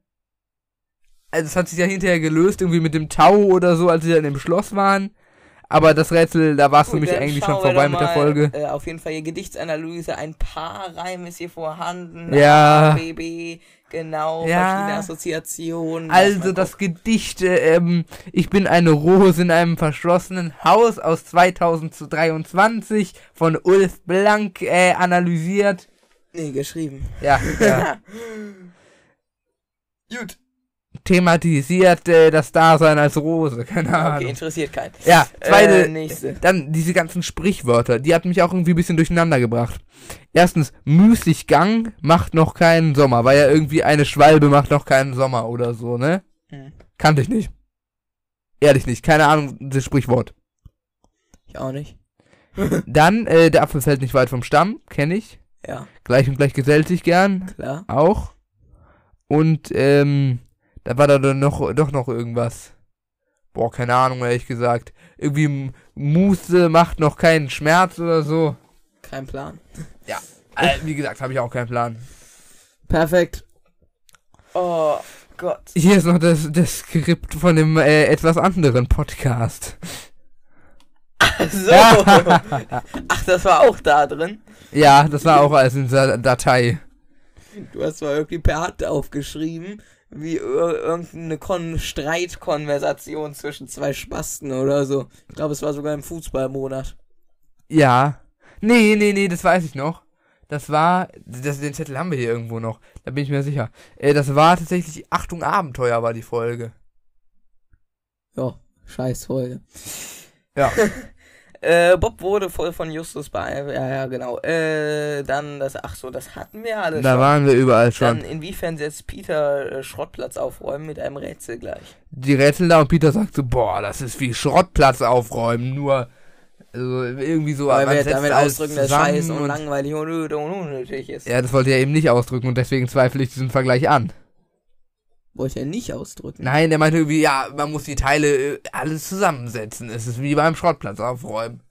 Also es hat sich ja hinterher gelöst, irgendwie mit dem Tau oder so, als sie dann im Schloss waren. Aber das Rätsel, da war es für Gut, mich dann eigentlich schon schauen wir vorbei doch mit der mal, Folge. Auf jeden Fall hier Gedichtsanalyse, ein Paarreim ist hier vorhanden. Ja. A, B, B, genau, Ja. verschiedene Assoziationen. Also das Gedicht, ich bin eine Rose in einem verschlossenen Haus aus 2023 von Ulf Blank analysiert. Nee, geschrieben. Ja, ja. Gut. Thematisiert das Dasein als Rose, keine Ahnung. Okay, interessiert keinen. Ja, zweite, nächste. dann diese ganzen Sprichwörter, die hat mich auch irgendwie ein bisschen durcheinander gebracht. Erstens, Müßiggang macht noch keinen Sommer, weil ja irgendwie eine Schwalbe macht noch keinen Sommer oder so, ne? Kannte ich nicht. Ehrlich nicht, keine Ahnung, das Sprichwort. Ich auch nicht. Dann, der Apfel fällt nicht weit vom Stamm, kenne ich. Ja, Gleich und gleich gesellt sich gern, klar. auch. Und, da war da doch noch irgendwas. Boah, keine Ahnung, ehrlich gesagt. Irgendwie Muße macht noch keinen Schmerz oder so. Kein Plan. Ja, wie gesagt, habe ich auch keinen Plan. Perfekt. Oh Gott. Hier ist noch das Skript von dem etwas anderen Podcast. Ach so. Ach, das war auch da drin? Ja, das war auch als in dieser Datei. Du hast zwar irgendwie per Hand aufgeschrieben, wie irgendeine Streitkonversation zwischen zwei Spasten oder so. Ich glaube, es war sogar im Fußballmonat. Ja. Nee, das weiß ich noch. Den Zettel haben wir hier irgendwo noch. Da bin ich mir sicher. Das war tatsächlich Achtung Abenteuer war die Folge. Ja, scheiß Folge. Ja. Bob wurde voll von Justus ja, genau. Dann das hatten wir alles Da schon. waren wir überall schon. Dann, inwiefern setzt Peter Schrottplatz aufräumen mit einem Rätsel gleich? Die Rätsel da und Peter sagt so, boah, das ist wie Schrottplatz aufräumen, nur also irgendwie so. Weil man wir setzt damit alles ausdrücken, dass zusammen scheiße und langweilig und öde und unnötig ist. Ja, das wollte er eben nicht ausdrücken und deswegen zweifle ich diesen Vergleich an. Wollte er nicht ausdrücken? Nein, er meinte irgendwie, ja, man muss die Teile alles zusammensetzen. Es ist wie beim Schrottplatz aufräumen.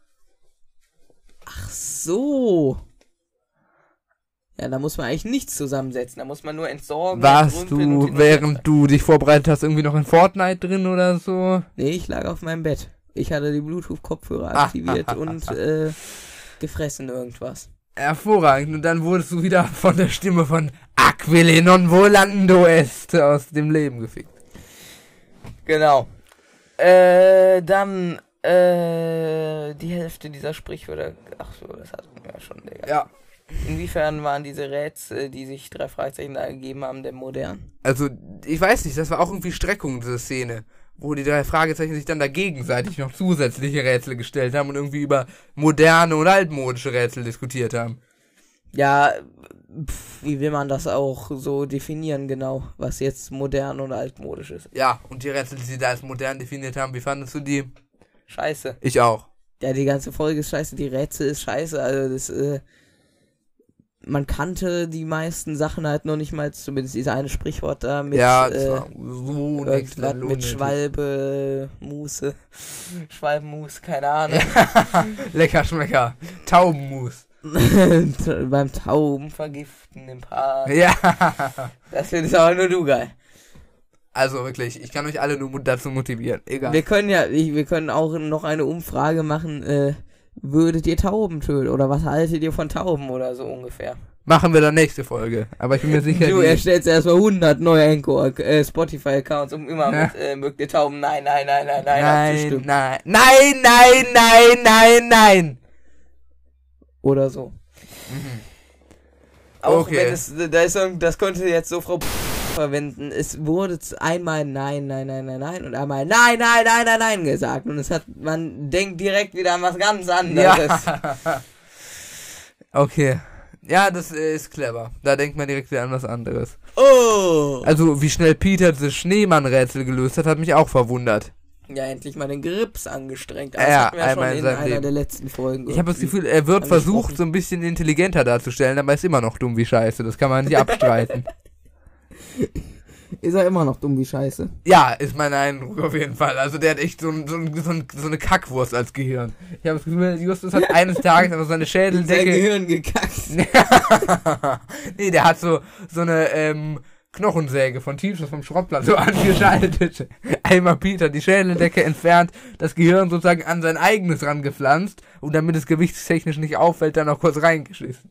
Ach so. Ja, da muss man eigentlich nichts zusammensetzen. Da muss man nur entsorgen. Warst entrümpeln und du, hin und her während du dich vorbereitet hast, irgendwie noch in Fortnite drin oder so? Nee, ich lag auf meinem Bett. Ich hatte die Bluetooth-Kopfhörer aktiviert und gefressen irgendwas. Hervorragend. Und dann wurdest du wieder von der Stimme von Aquile non volando est aus dem Leben gefickt. Genau. Dann, die Hälfte dieser Sprichwörter. Ach so, das hatten wir ja schon, Digga. Ja. Inwiefern waren diese Rätsel, die sich 3 Fragezeichen da gegeben haben, denn modern? Also, ich weiß nicht, das war auch irgendwie Streckung, diese Szene. Wo die 3 Fragezeichen sich dann da gegenseitig noch zusätzliche Rätsel gestellt haben und irgendwie über moderne und altmodische Rätsel diskutiert haben. Ja, wie will man das auch so definieren genau, was jetzt modern und altmodisch ist? Ja, und die Rätsel, die sie da als modern definiert haben, wie fandest du die? Scheiße. Ich auch. Ja, die ganze Folge ist scheiße, die Rätsel ist scheiße, also das, man kannte die meisten Sachen halt noch nicht mal, zumindest dieses eine Sprichwort da mit, ja, das war so irgendwas mit Schwalbe, Muße, Schwalbenmus, keine Ahnung. Lecker Schmecker. Taubenmus. Beim Tauben vergiften im Paar. Ja. Das findest aber nur du geil. Also wirklich, ich kann euch alle nur dazu motivieren. Egal. Wir können auch noch eine Umfrage machen, würdet ihr Tauben töten? Oder was haltet ihr von Tauben oder so ungefähr? Machen wir dann nächste Folge. Aber ich bin mir sicher, Du erstellst erstmal 100 neue Spotify-Accounts, um immer mit, mögt ihr Tauben? Nein, abzustimmen. Nein. Oder so. Mhm. Auch Okay. wenn das könnte jetzt so Frau verwenden. Es wurde einmal nein und einmal nein gesagt. Und man denkt direkt wieder an was ganz anderes. Ja. Okay. Ja, das ist clever. Da denkt man direkt wieder an was anderes. Oh! Also, wie schnell Peter dieses Schneemann-Rätsel gelöst hat mich auch verwundert. Ja, endlich mal den Grips angestrengt. Aber Ja, das hatten wir einmal schon in in seinem einer Leben. der letzten Folgen. Ich habe das Gefühl, er wird versucht, so ein bisschen intelligenter darzustellen, aber ist immer noch dumm wie Scheiße. Das kann man nicht abstreiten. Ist er immer noch dumm wie Scheiße? Ja, ist mein Eindruck auf jeden Fall. Also der hat echt so eine Kackwurst als Gehirn. Ich habe das Gefühl, Justus hat eines Tages einfach seine Schädeldecke... Sein Gehirn gekackt. Nee, der hat so eine Knochensäge von Tiefschuss vom Schrottplatz so angeschaltet. Einmal Peter die Schädeldecke entfernt, das Gehirn sozusagen an sein eigenes rangepflanzt und damit es gewichtstechnisch nicht auffällt, dann noch kurz reingeschissen.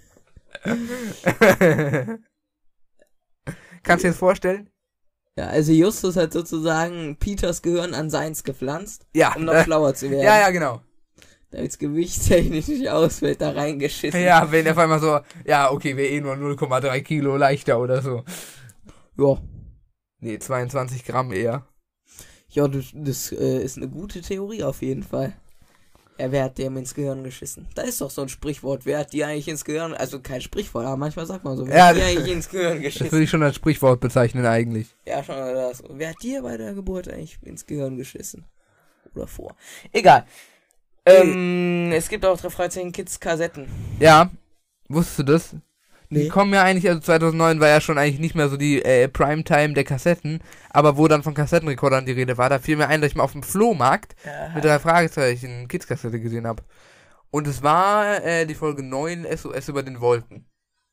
Kannst du dir das vorstellen? Ja, also Justus hat sozusagen Peters Gehirn an seins gepflanzt, Ja. um noch schlauer zu werden. Ja, genau. Damit es gewichtstechnisch nicht ausfällt, da reingeschissen. Ja, wenn auf einmal so, ja, okay, wäre nur 0,3 Kilo leichter oder so. Ja. Nee, 22 Gramm eher. Ja, das ist eine gute Theorie auf jeden Fall. Ja, wer hat dem ins Gehirn geschissen? Da ist doch so ein Sprichwort. Wer hat die eigentlich ins Gehirn... Also kein Sprichwort, aber manchmal sagt man so. Wer hat die eigentlich ins Gehirn geschissen? Das würde ich schon als Sprichwort bezeichnen eigentlich. Ja, schon das. Wer hat dir bei der Geburt eigentlich ins Gehirn geschissen? Oder vor? Egal. Es gibt auch 3 Fragezeichen Kids Kassetten. Ja, wusstest du das? Nee. Die kommen ja eigentlich, also 2009 war ja schon eigentlich nicht mehr so die Primetime der Kassetten, aber wo dann von Kassettenrekordern die Rede war, da fiel mir ein, dass ich mal auf dem Flohmarkt mit 3 Fragezeichen Kids Kassette gesehen habe. Und es war die Folge 9 SOS über den Wolken.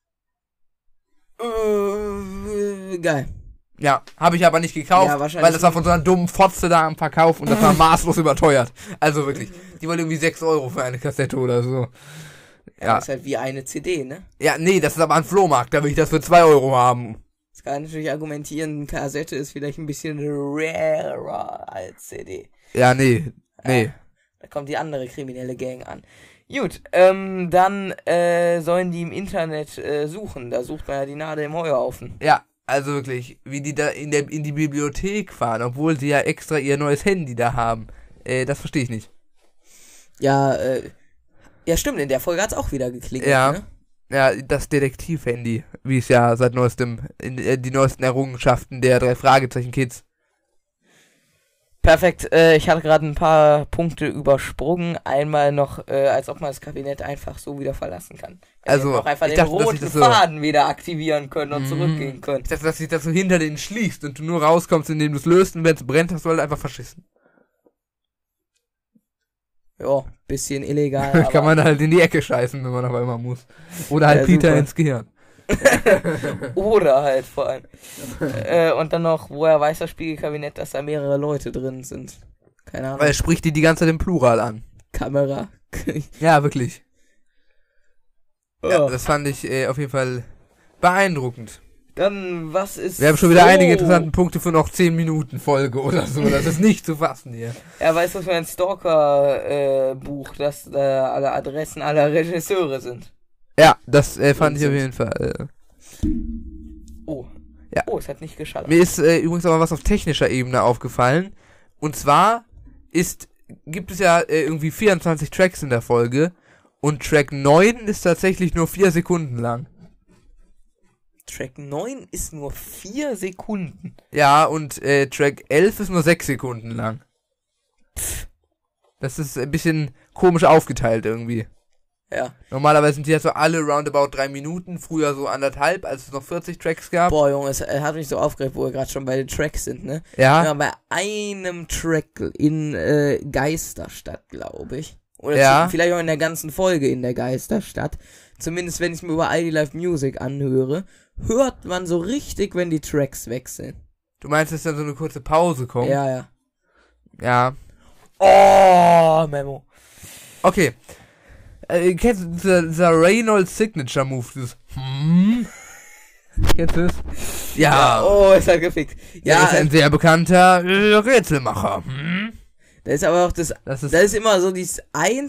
Geil. Ja, habe ich aber nicht gekauft, Ja, weil das war von so einer dummen Fotze da am Verkauf und das war maßlos überteuert. Also wirklich, die wollen irgendwie 6 Euro für eine Kassette oder so. Ja. Das ist halt wie eine CD, ne? Ja, nee, das ist aber ein Flohmarkt, da will ich das für 2 Euro haben. Das kann natürlich argumentieren, eine Kassette ist vielleicht ein bisschen rarer als CD. Ja, nee. Da kommt die andere kriminelle Gang an. Gut, dann sollen die im Internet suchen. Da sucht man ja die Nadel im Heuhaufen. Ja, also wirklich, wie die da in die Bibliothek fahren, obwohl sie ja extra ihr neues Handy da haben. Das verstehe ich nicht. Ja, ja stimmt, in der Folge hat's auch wieder geklingelt, ja. Ne? Ja, das Detektiv-Handy, wie es ja seit neuestem, die neuesten Errungenschaften der 3 Fragezeichen Kids. Perfekt, ich hatte gerade ein paar Punkte übersprungen. Einmal noch, als ob man das Kabinett einfach so wieder verlassen kann. Also, auch einfach ich den dachte, roten Faden wieder aktivieren können und zurückgehen können. Ich dachte, dass sich das so hinter denen schließt und du nur rauskommst, indem du es löst und wenn es brennt, hast du halt einfach verschissen. Ja, bisschen illegal. Kann man halt in die Ecke scheißen, wenn man auf einmal muss. Oder halt ja, Peter super. ins Gehirn. Oder halt vor allem. Und dann noch, woher weiß das Spiegelkabinett, dass da mehrere Leute drin sind? Keine Ahnung. Weil er spricht die ganze Zeit im Plural an. Kamera. Ja, wirklich. Oh. Ja, das fand ich auf jeden Fall beeindruckend. Dann, was ist... Wir haben schon wieder einige interessante Punkte für noch 10 Minuten Folge oder so. Das ist nicht zu fassen hier. Ja, weißt du, was für ein Stalker-Buch, dass da alle Adressen aller Regisseure sind? Ja, das fand ich auf jeden Fall. Oh. Ja. Oh, es hat nicht geschallert. Mir ist übrigens aber was auf technischer Ebene aufgefallen. Und zwar gibt es ja irgendwie 24 Tracks in der Folge. Und Track 9 ist tatsächlich nur 4 Sekunden lang. Track 9 ist nur 4 Sekunden. Ja, und Track 11 ist nur 6 Sekunden lang. Das ist ein bisschen komisch aufgeteilt irgendwie. Ja. Normalerweise sind die ja so alle roundabout 3 Minuten, früher so 1,5, als es noch 40 Tracks gab. Boah, Junge, es hat mich so aufgeregt, wo wir gerade schon bei den Tracks sind, ne? Ja. Bei einem Track in Geisterstadt, glaube ich. Oder ja. Vielleicht auch in der ganzen Folge in der Geisterstadt. Zumindest wenn ich mir über ID Live Music anhöre, hört man so richtig, wenn die Tracks wechseln. Du meinst, dass dann so eine kurze Pause kommt? Ja, ja. Ja. Oh, Memo. Okay. Kennst du dieser Reynolds Signature Move? Dieses Kennst du es? Ja. Oh, ist er gefickt. Ja, ist ein sehr bekannter Rätselmacher. Da ist aber auch das ist immer so dieses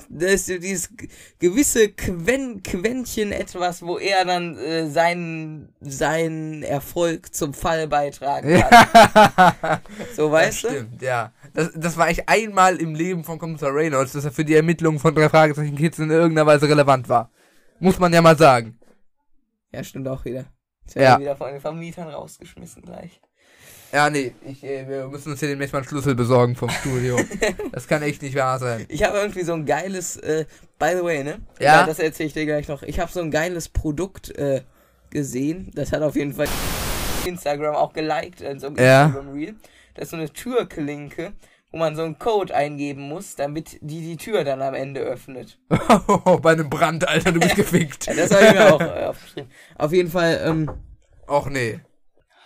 gewisse Quäntchen etwas, wo er dann seinen Erfolg zum Fall beitragen kann. So, weißt du? Stimmt, ja. Das war echt einmal im Leben von Kommissar Reynolds, dass er für die Ermittlungen von 3 Fragezeichen Kids in irgendeiner Weise relevant war. Muss man ja mal sagen. Ja, stimmt auch wieder. Ich ja. Wieder von den Vermietern rausgeschmissen gleich. Ja, nee, wir müssen uns hier demnächst mal einen Schlüssel besorgen vom Studio. Das kann echt nicht wahr sein. Ich habe irgendwie so ein geiles, by the way, ne? Ja. Das erzähle ich dir gleich noch. Ich habe so ein geiles Produkt gesehen. Das hat auf jeden Fall Instagram auch geliked, in so einem Instagram Reel. Das ist so eine Türklinke, wo man so einen Code eingeben muss, damit die Tür dann am Ende öffnet. Bei einem Brand, Alter, du bist gefickt. Ja, das habe ich mir auch aufgeschrieben. Auf jeden Fall, Och nee.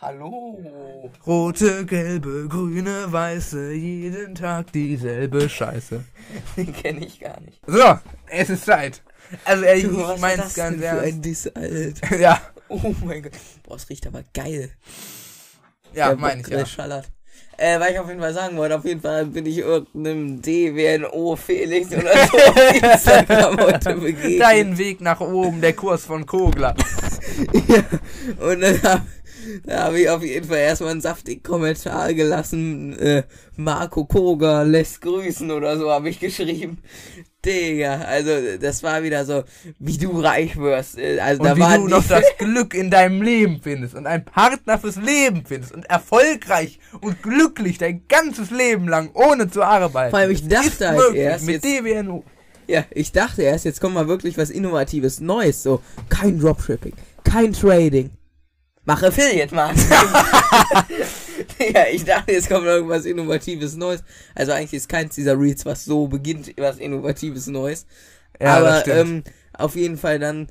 Hallo. Rote, gelbe, grüne, weiße, jeden Tag dieselbe Scheiße. Den kenne ich gar nicht. So, es ist Zeit. Also ich Was mein's ist das ganz denn für ernst. ein Diss, Alter? Ja, Oh mein Gott. Boah, es riecht aber geil. ja, Der meine ich ja. Bock schallert. Was ich auf jeden Fall sagen wollte, auf jeden Fall bin ich irgendeinem DWNO Felix oder so auf Instagram heute begegnet. Dein Weg nach oben, der Kurs von Kogler. Ja, und dann habe ich auf jeden Fall erstmal einen saftigen Kommentar gelassen. Marco Koga lässt grüßen oder so, habe ich geschrieben. Digga, also das war wieder so, wie du reich wirst. Also Und da wie war du noch das Glück in deinem Leben findest und einen Partner fürs Leben findest und erfolgreich und glücklich dein ganzes Leben lang ohne zu arbeiten. Vor allem, ich dachte Ist halt möglich erst mit jetzt- DWNO. Ja, ich dachte erst, jetzt kommt mal wirklich was Innovatives, Neues, so. Kein Dropshipping, kein Trading. Mach Affiliate Marketing. Ja, ich dachte, jetzt kommt irgendwas Innovatives Neues. Also eigentlich ist keins dieser Reads, was so beginnt, was Innovatives Neues. Ja, das Aber stimmt. auf jeden Fall dann...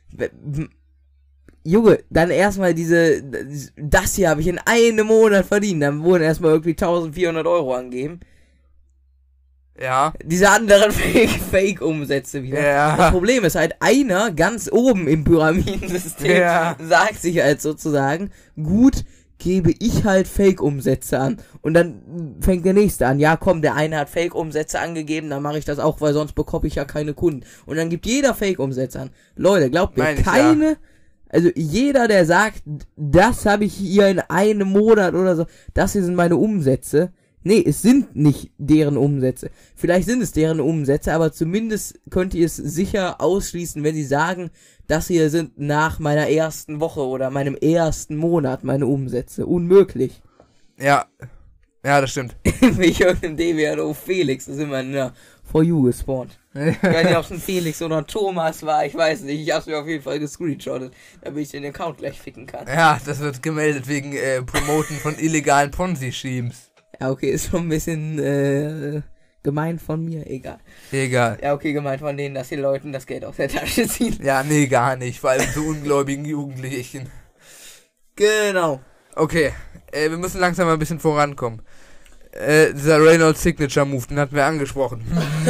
Junge, dann erstmal das hier habe ich in einem Monat verdient. Dann wurden erstmal irgendwie 1400 Euro angegeben. Ja. Diese anderen Fake-Umsätze wieder. Ja. Das Problem ist halt, einer ganz oben im Pyramidensystem Ja. sagt sich halt sozusagen, gut, gebe ich halt Fake-Umsätze an. Und dann fängt der nächste an. Ja, komm, der eine hat Fake-Umsätze angegeben, dann mache ich das auch, weil sonst bekomme ich ja keine Kunden. Und dann gibt jeder Fake-Umsätze an. Leute, glaubt mir, Meine ich, keine... Also jeder, der sagt, das habe ich hier in einem Monat oder so, das hier sind meine Umsätze. Nee, es sind nicht deren Umsätze. Vielleicht sind es deren Umsätze, aber zumindest könnt ihr es sicher ausschließen, wenn sie sagen, das hier sind nach meiner ersten Woche oder meinem ersten Monat meine Umsätze. Unmöglich. Ja. Ja, das stimmt. Wie ich irgendeinem DWRO Felix ist immer in der For You gespawnt. Ich weiß nicht, ob es ein Felix oder ein Thomas war, ich weiß nicht. Ich hab's mir auf jeden Fall gescreenshottet, damit ich den Account gleich ficken kann. Ja, das wird gemeldet wegen Promoten von illegalen Ponzi-Schemes. Ja, okay, ist schon ein bisschen gemein von mir, egal. Egal. Ja, okay, gemein von denen, dass die Leuten das Geld aus der Tasche ziehen. Ja, nee, gar nicht. Vor allem so ungläubigen Jugendlichen. Genau. Okay, wir müssen langsam mal ein bisschen vorankommen. Dieser Reynolds Signature Move, den hatten wir angesprochen.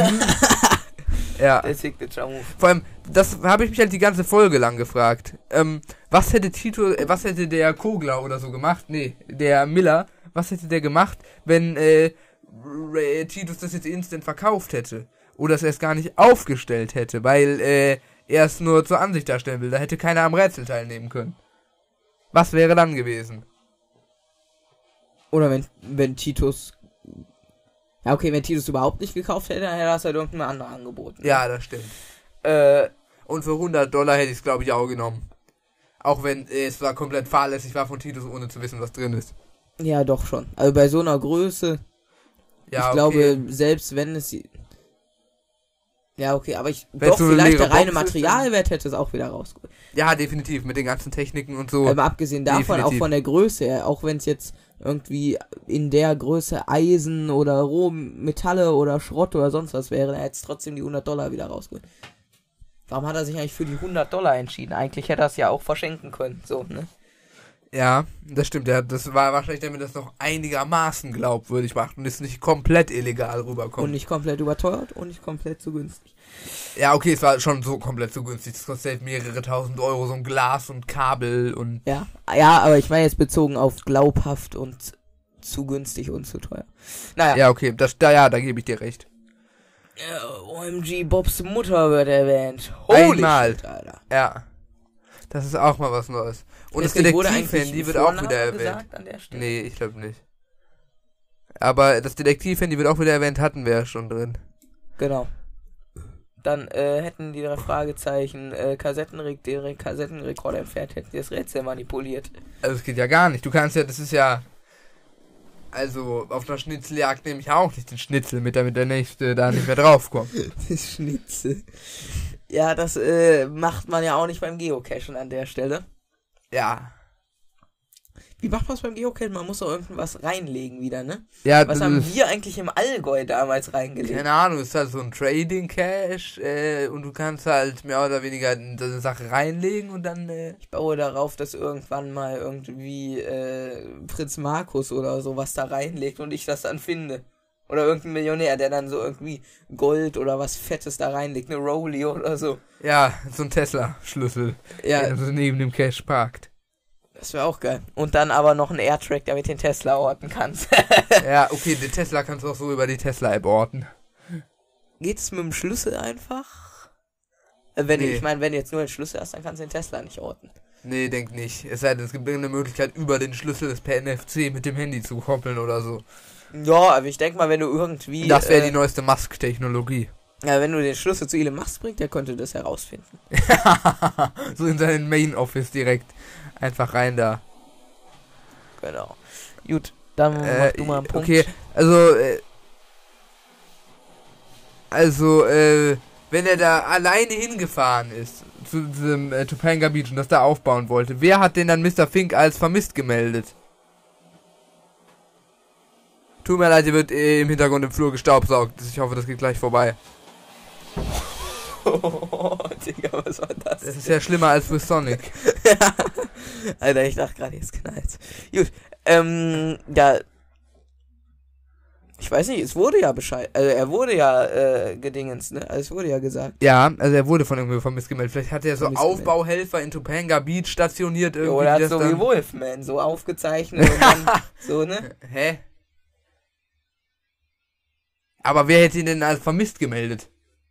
Ja. Der Signature Move. Vor allem, das habe ich mich halt die ganze Folge lang gefragt. Was hätte der Kogler oder so gemacht? Nee, der Miller. Was hätte der gemacht, wenn Titus das jetzt instant verkauft hätte? Oder es erst gar nicht aufgestellt hätte, weil er es nur zur Ansicht darstellen will. Da hätte keiner am Rätsel teilnehmen können. Was wäre dann gewesen? Oder wenn Titus... Ja, okay, wenn Titus überhaupt nicht gekauft hätte, dann hätte er es halt irgendein anderer angeboten. Ja, das stimmt. Und für $100 hätte ich es, glaube ich, auch genommen. Auch wenn es zwar komplett fahrlässig war von Titus, ohne zu wissen, was drin ist. Ja, doch schon. Also bei so einer Größe, Ja, ich glaube, selbst wenn es... Ja, okay, aber Wenn's doch, so eine vielleicht leere der reine Box ist, Materialwert hätte es auch wieder rausgeholt. Ja, definitiv, mit den ganzen Techniken und so. Aber abgesehen davon, Definitiv. auch von der Größe her, auch wenn es jetzt irgendwie in der Größe Eisen oder Rohmetalle oder Schrott oder sonst was wäre, er hätte es trotzdem die $100 wieder rausgeholt. Warum hat er sich eigentlich für die $100 entschieden? Eigentlich hätte er es ja auch verschenken können, so, ne? Ja, das stimmt. Das war wahrscheinlich, damit das noch einigermaßen glaubwürdig macht und es nicht komplett illegal rüberkommt. Und nicht komplett überteuert und nicht komplett zu günstig. Ja, okay, es war schon so komplett so günstig. Das kostet mehrere tausend Euro, so ein Glas und Kabel und... Ja, aber ich meine jetzt bezogen auf glaubhaft und zu günstig und zu teuer. Naja. Ja, okay, da gebe ich dir recht. OMG, Bobs Mutter wird erwähnt. Einmal. Shit, Alter. Ja. Das ist auch mal was Neues. Und das Deswegen wurde Detektiv-Handy eigentlich wird auch Vorname wieder erwähnt. gesagt an der Stelle? Nee, ich glaube nicht. Aber das Detektiv-Handy wird auch wieder erwähnt, hatten wir ja schon drin. Genau. Dann hätten die drei Fragezeichen Kassettenrekorder entfernt, hätten die das Rätsel manipuliert. Also es geht ja gar nicht. Du kannst ja, das ist ja... Also, auf einer Schnitzeljagd nehme ich ja auch nicht den Schnitzel mit, damit der Nächste da nicht mehr draufkommt. Das Schnitzel. Ja, das macht man ja auch nicht beim Geocachen an der Stelle. Ja. Wie macht man es beim Geocachen? Man muss doch irgendwas reinlegen wieder, ne? Ja, Was haben wir eigentlich im Allgäu damals reingelegt? keine Ahnung, es ist halt so ein Trading Cash und du kannst halt mehr oder weniger eine Sache reinlegen und dann Ich baue darauf, dass irgendwann mal irgendwie Prinz Markus oder sowas da reinlegt und ich das dann finde. Oder irgendein Millionär, der dann so irgendwie Gold oder was Fettes da reinlegt, eine Rolli oder so. ja, so ein Tesla-Schlüssel, Ja, der so neben dem Cash parkt. das wäre auch geil. Und dann aber noch ein Airtrack, damit den Tesla orten kannst. Ja, okay, den Tesla kannst du auch so über die Tesla-App orten. Geht es mit dem Schlüssel einfach? Nee. Ich meine, wenn du jetzt nur den Schlüssel hast, dann kannst du den Tesla nicht orten. Nee, denk nicht. Es sei denn, es gibt irgendeine Möglichkeit, über den Schlüssel das per NFC mit dem Handy zu koppeln oder so. Ja, aber ich denke mal, wenn du irgendwie... Das wäre die neueste Musk-Technologie. Ja, wenn du den Schlüssel zu Elon Musk bringst, der könnte das herausfinden. So in seinen Main-Office direkt. Einfach rein da. Genau. Gut, dann mach du mal einen Punkt. Okay, wenn er da alleine hingefahren ist zu diesem Topanga Beach und das da aufbauen wollte, wer hat denn dann Mr. Fink als vermisst gemeldet? Tut mir leid, hier wird im Hintergrund im Flur gestaubsaugt. Ich hoffe, das geht gleich vorbei. Oh, Digga, was war das? Das ist ja schlimmer als für Sonic. Alter, ich dachte gerade, jetzt knallt's. Gut, ja. Ich weiß nicht, es wurde ja Bescheid. Also, er wurde ja, gedingens, ne? Also, es wurde ja gesagt. Ja, also er wurde von irgendwo vermisst gemeldet. Vielleicht hat er so Vermisst gemeldet. Aufbauhelfer in Topanga Beach stationiert irgendwie. Oder die hat das so wie dann- Wolfman so aufgezeichnet und dann so, ne? Hä? Aber wer hätte ihn denn als vermisst gemeldet?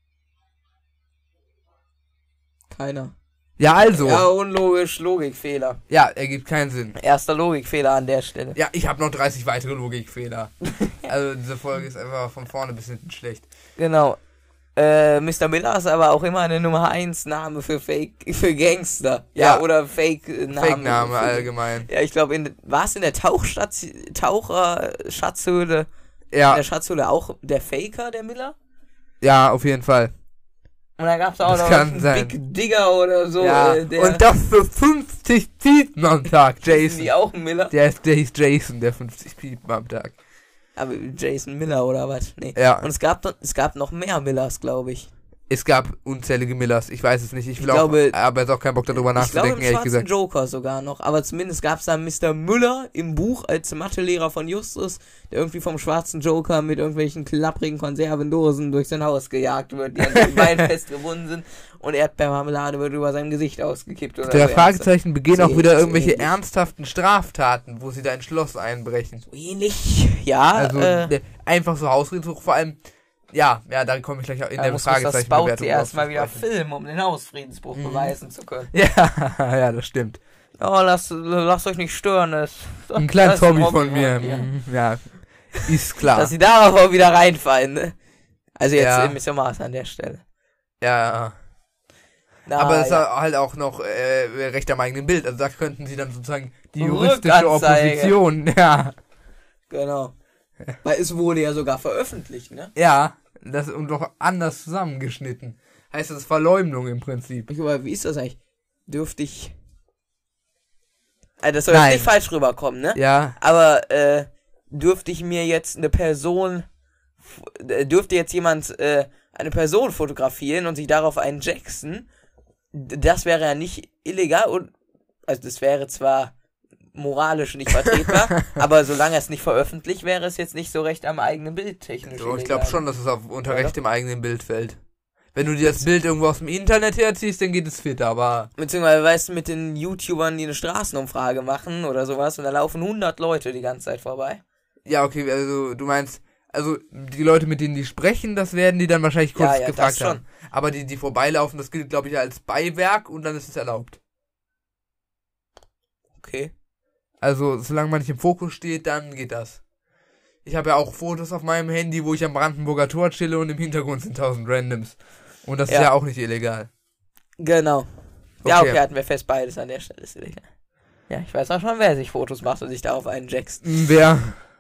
Keiner. Ja, also. Ja, unlogisch, Logikfehler. Ja, ergibt keinen Sinn. Erster Logikfehler an der Stelle. Ja, ich habe noch 30 weitere Logikfehler. Also diese Folge ist einfach von vorne bis hinten schlecht. Genau. Mr. Miller ist aber auch immer eine Nummer 1 Name für Gangster. Ja, Ja. oder Fake-Name. Fake-Name allgemein. Ja, ich glaube, war es in der Taucher-Schatzhöhle? In Ja, der Schatzhöhle auch der Faker, der Miller? ja, auf jeden Fall. Und dann gab es auch Das noch kann einen sein. Big Digger oder so. Ja, Der und das für 50 Piepen am Tag, ist Jason. die auch ein Miller? Der hieß Jason, der 50 Piepen am Tag. Aber Jason Miller oder was? Nee. Ja. Und es gab noch mehr Millers, glaube ich. Es gab unzählige Millers, ich weiß es nicht. Ich glaube- aber jetzt auch keinen Bock darüber Ich glaube nachzudenken, im ehrlich schwarzen gesagt. Joker sogar noch. Aber zumindest gab es da Mr. Müller im Buch als Mathelehrer von Justus, der irgendwie vom schwarzen Joker mit irgendwelchen klapprigen Konservendosen durch sein Haus gejagt wird, die an seinem Bein festgebunden sind. Und Erdbeermarmelade wird über sein Gesicht ausgekippt. Oder Der so. Fragezeichen begehen So auch wieder ähnlich, irgendwelche so ähnlich. ernsthaften Straftaten, wo sie da ins Schloss einbrechen. So ähnlich. Ja, Also einfach so Hausfriedensbruch, vor allem, ja, da komme ich gleich auch in der muss das Fragezeichenbewertung Spout erstmal drauf wieder zu sprechen. filmen, um den Hausfriedensbruch beweisen zu können. Ja, ja, das stimmt. Oh, lasst euch nicht stören. Das Ein kleines das ist ein Hobby von mir. ja. Ja, ist klar. Dass sie darauf auch wieder reinfallen, ne? Also jetzt Ja. im Mr. Mars an der Stelle. Ja, Na, aber das ist ja. halt auch noch recht am eigenen Bild. Also da könnten sie dann sozusagen die juristische Rückanzeige. Opposition, ja, Genau. Weil es wurde ja sogar veröffentlicht, ne? ja, das und doch anders zusammengeschnitten. Heißt das Verleumdung im Prinzip. Aber wie ist das eigentlich? Dürfte ich... Also das soll Nein. jetzt nicht falsch rüberkommen, ne? Ja, Aber, dürfte ich mir jetzt eine Person... Dürfte jetzt jemand, eine Person fotografieren und sich darauf einen Jackson? Das wäre ja nicht illegal und... Also das wäre zwar moralisch nicht vertretbar, aber solange es nicht veröffentlicht, wäre es jetzt nicht so recht am eigenen Bild technisch. so, ich glaube illegal. schon, dass es unter Oder? Recht im eigenen Bild fällt. Wenn du dir das Bild irgendwo aus dem Internet herziehst, dann geht es fit, aber... Beziehungsweise, weißt du, mit den YouTubern, die eine Straßenumfrage machen oder sowas und da laufen 100 Leute die ganze Zeit vorbei. Ja, okay, also du meinst... Also die Leute, mit denen die sprechen, das werden die dann wahrscheinlich kurz Ja, gefragt das schon. haben. Aber die vorbeilaufen, das gilt, glaube ich, als Beiwerk und dann ist es erlaubt. Okay. Also, solange man nicht im Fokus steht, dann geht das. Ich habe ja auch Fotos auf meinem Handy, wo ich am Brandenburger Tor chille und im Hintergrund sind 1000 Randoms. Und das ist Ja. ja auch nicht illegal. Genau. Ja, Okay. okay, hatten wir fest, beides an der Stelle ist illegal. Ja, ich weiß auch schon, wer sich Fotos macht und sich darauf einen jackst. Wer?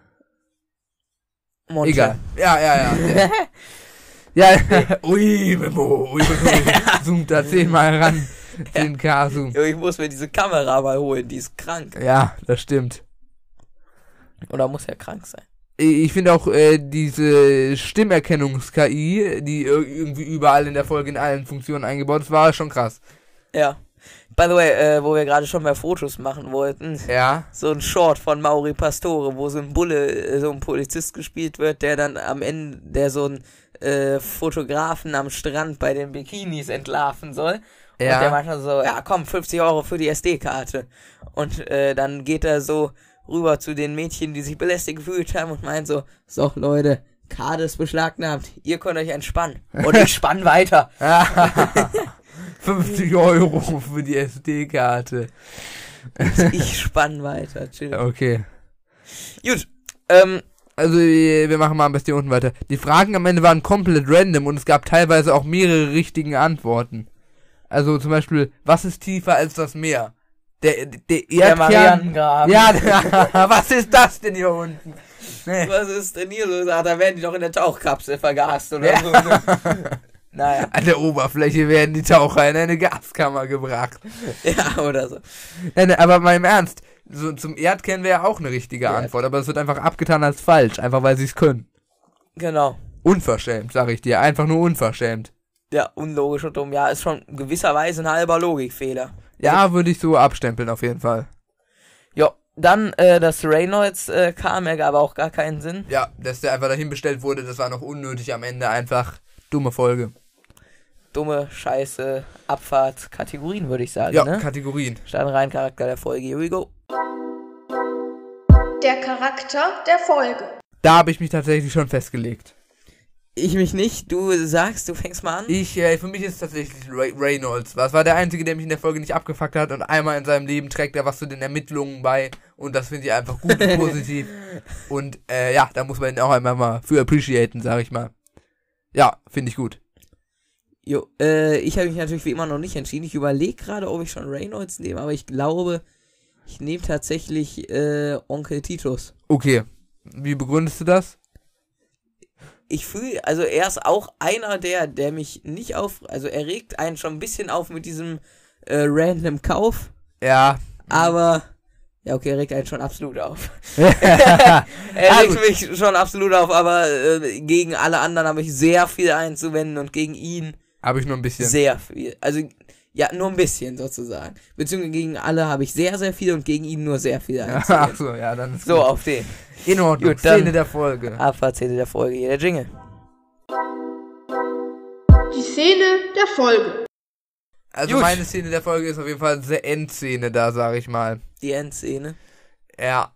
Monte. Egal. Ja. Ja, ui, Memo, ui. Zoomt da 10-mal ran. 10 K-Zoom. Jo, ich muss mir diese Kamera mal holen, die ist krank. Ja, das stimmt. Oder muss ja krank sein. Ich finde auch diese Stimmerkennungs-KI, die irgendwie überall in der Folge in allen Funktionen eingebaut ist, war schon krass. Ja. By the way, wo wir gerade schon mal Fotos machen wollten, Ja. so ein Short von Mauri Pastore, wo so ein Bulle, so ein Polizist gespielt wird, der dann am Ende, der so einen Fotografen am Strand bei den Bikinis entlarven soll. Ja. Und der macht dann so, ja komm, 50 Euro für die SD-Karte. Und dann geht er so rüber zu den Mädchen, die sich belästigt gefühlt haben und meint so, Leute, Karte ist beschlagnahmt, ihr könnt euch entspannen. Und ich spann weiter. 50 Euro für die SD-Karte. Ich spann weiter, chill. Okay. Gut, Also, wir machen mal am besten hier unten weiter. Die Fragen am Ende waren komplett random und es gab teilweise auch mehrere richtige Antworten. Also zum Beispiel, was ist tiefer als das Meer? Der Erdkern. Marianengraben. Ja, was ist das denn hier unten? Nee. Was ist denn hier los? Ach, da werden die doch in der Tauchkapsel vergast oder so. Ne? Naja. An der Oberfläche werden die Taucher in eine Gaskammer gebracht. Ja, oder so. Nein, aber mal im Ernst, so zum Erdkern wäre auch eine richtige Antwort, aber es wird einfach abgetan als falsch, einfach weil sie es können. Genau. Unverschämt, sag ich dir, einfach nur unverschämt. Ja, unlogisch und dumm. Ja, ist schon gewisserweise ein halber Logikfehler. Ja, würde ich so abstempeln auf jeden Fall. Ja, dann, dass Reynolds kam, er gab auch gar keinen Sinn. Ja, dass der einfach dahin bestellt wurde, das war noch unnötig am Ende, einfach dumme Folge. Dumme, scheiße, Abfahrt, Kategorien, würde ich sagen, Ja, ne? Kategorien. Starten rein, Charakter der Folge, here we go. Der Charakter der Folge. Da habe ich mich tatsächlich schon festgelegt. Ich mich nicht, du sagst, du fängst mal an. Für mich ist es tatsächlich Reynolds. Das war der Einzige, der mich in der Folge nicht abgefuckt hat und einmal in seinem Leben trägt er was zu den Ermittlungen bei und das finde ich einfach gut und positiv. Und ja, da muss man ihn auch einmal mal für appreciaten, sag ich mal. Ja, finde ich gut. Jo, ich habe mich natürlich wie immer noch nicht entschieden. Ich überlege gerade, ob ich schon Reynolds nehme, aber ich glaube, ich nehme tatsächlich Onkel Titus. Okay, wie begründest du das? Ich fühle, also er ist auch einer, der mich nicht also er regt einen schon ein bisschen auf mit diesem random Kauf, Ja. aber, ja okay, er regt einen schon absolut auf. Er regt mich schon absolut auf, aber gegen alle anderen habe ich sehr viel einzuwenden und gegen ihn Habe ich nur ein bisschen. sehr viel. Also, ja, nur ein bisschen sozusagen. Beziehungsweise gegen alle habe ich sehr, sehr viel und gegen ihn nur sehr viel einzuwenden. Achso, ja, dann ist So, gut. auf den. In Ordnung, Gut, dann- Szene der Folge. Abfahrtszene der Folge, hier der Jingle. Die Szene der Folge. Also Gut. meine Szene der Folge ist auf jeden Fall eine Endszene da, sag ich mal. Die Endszene. Ja.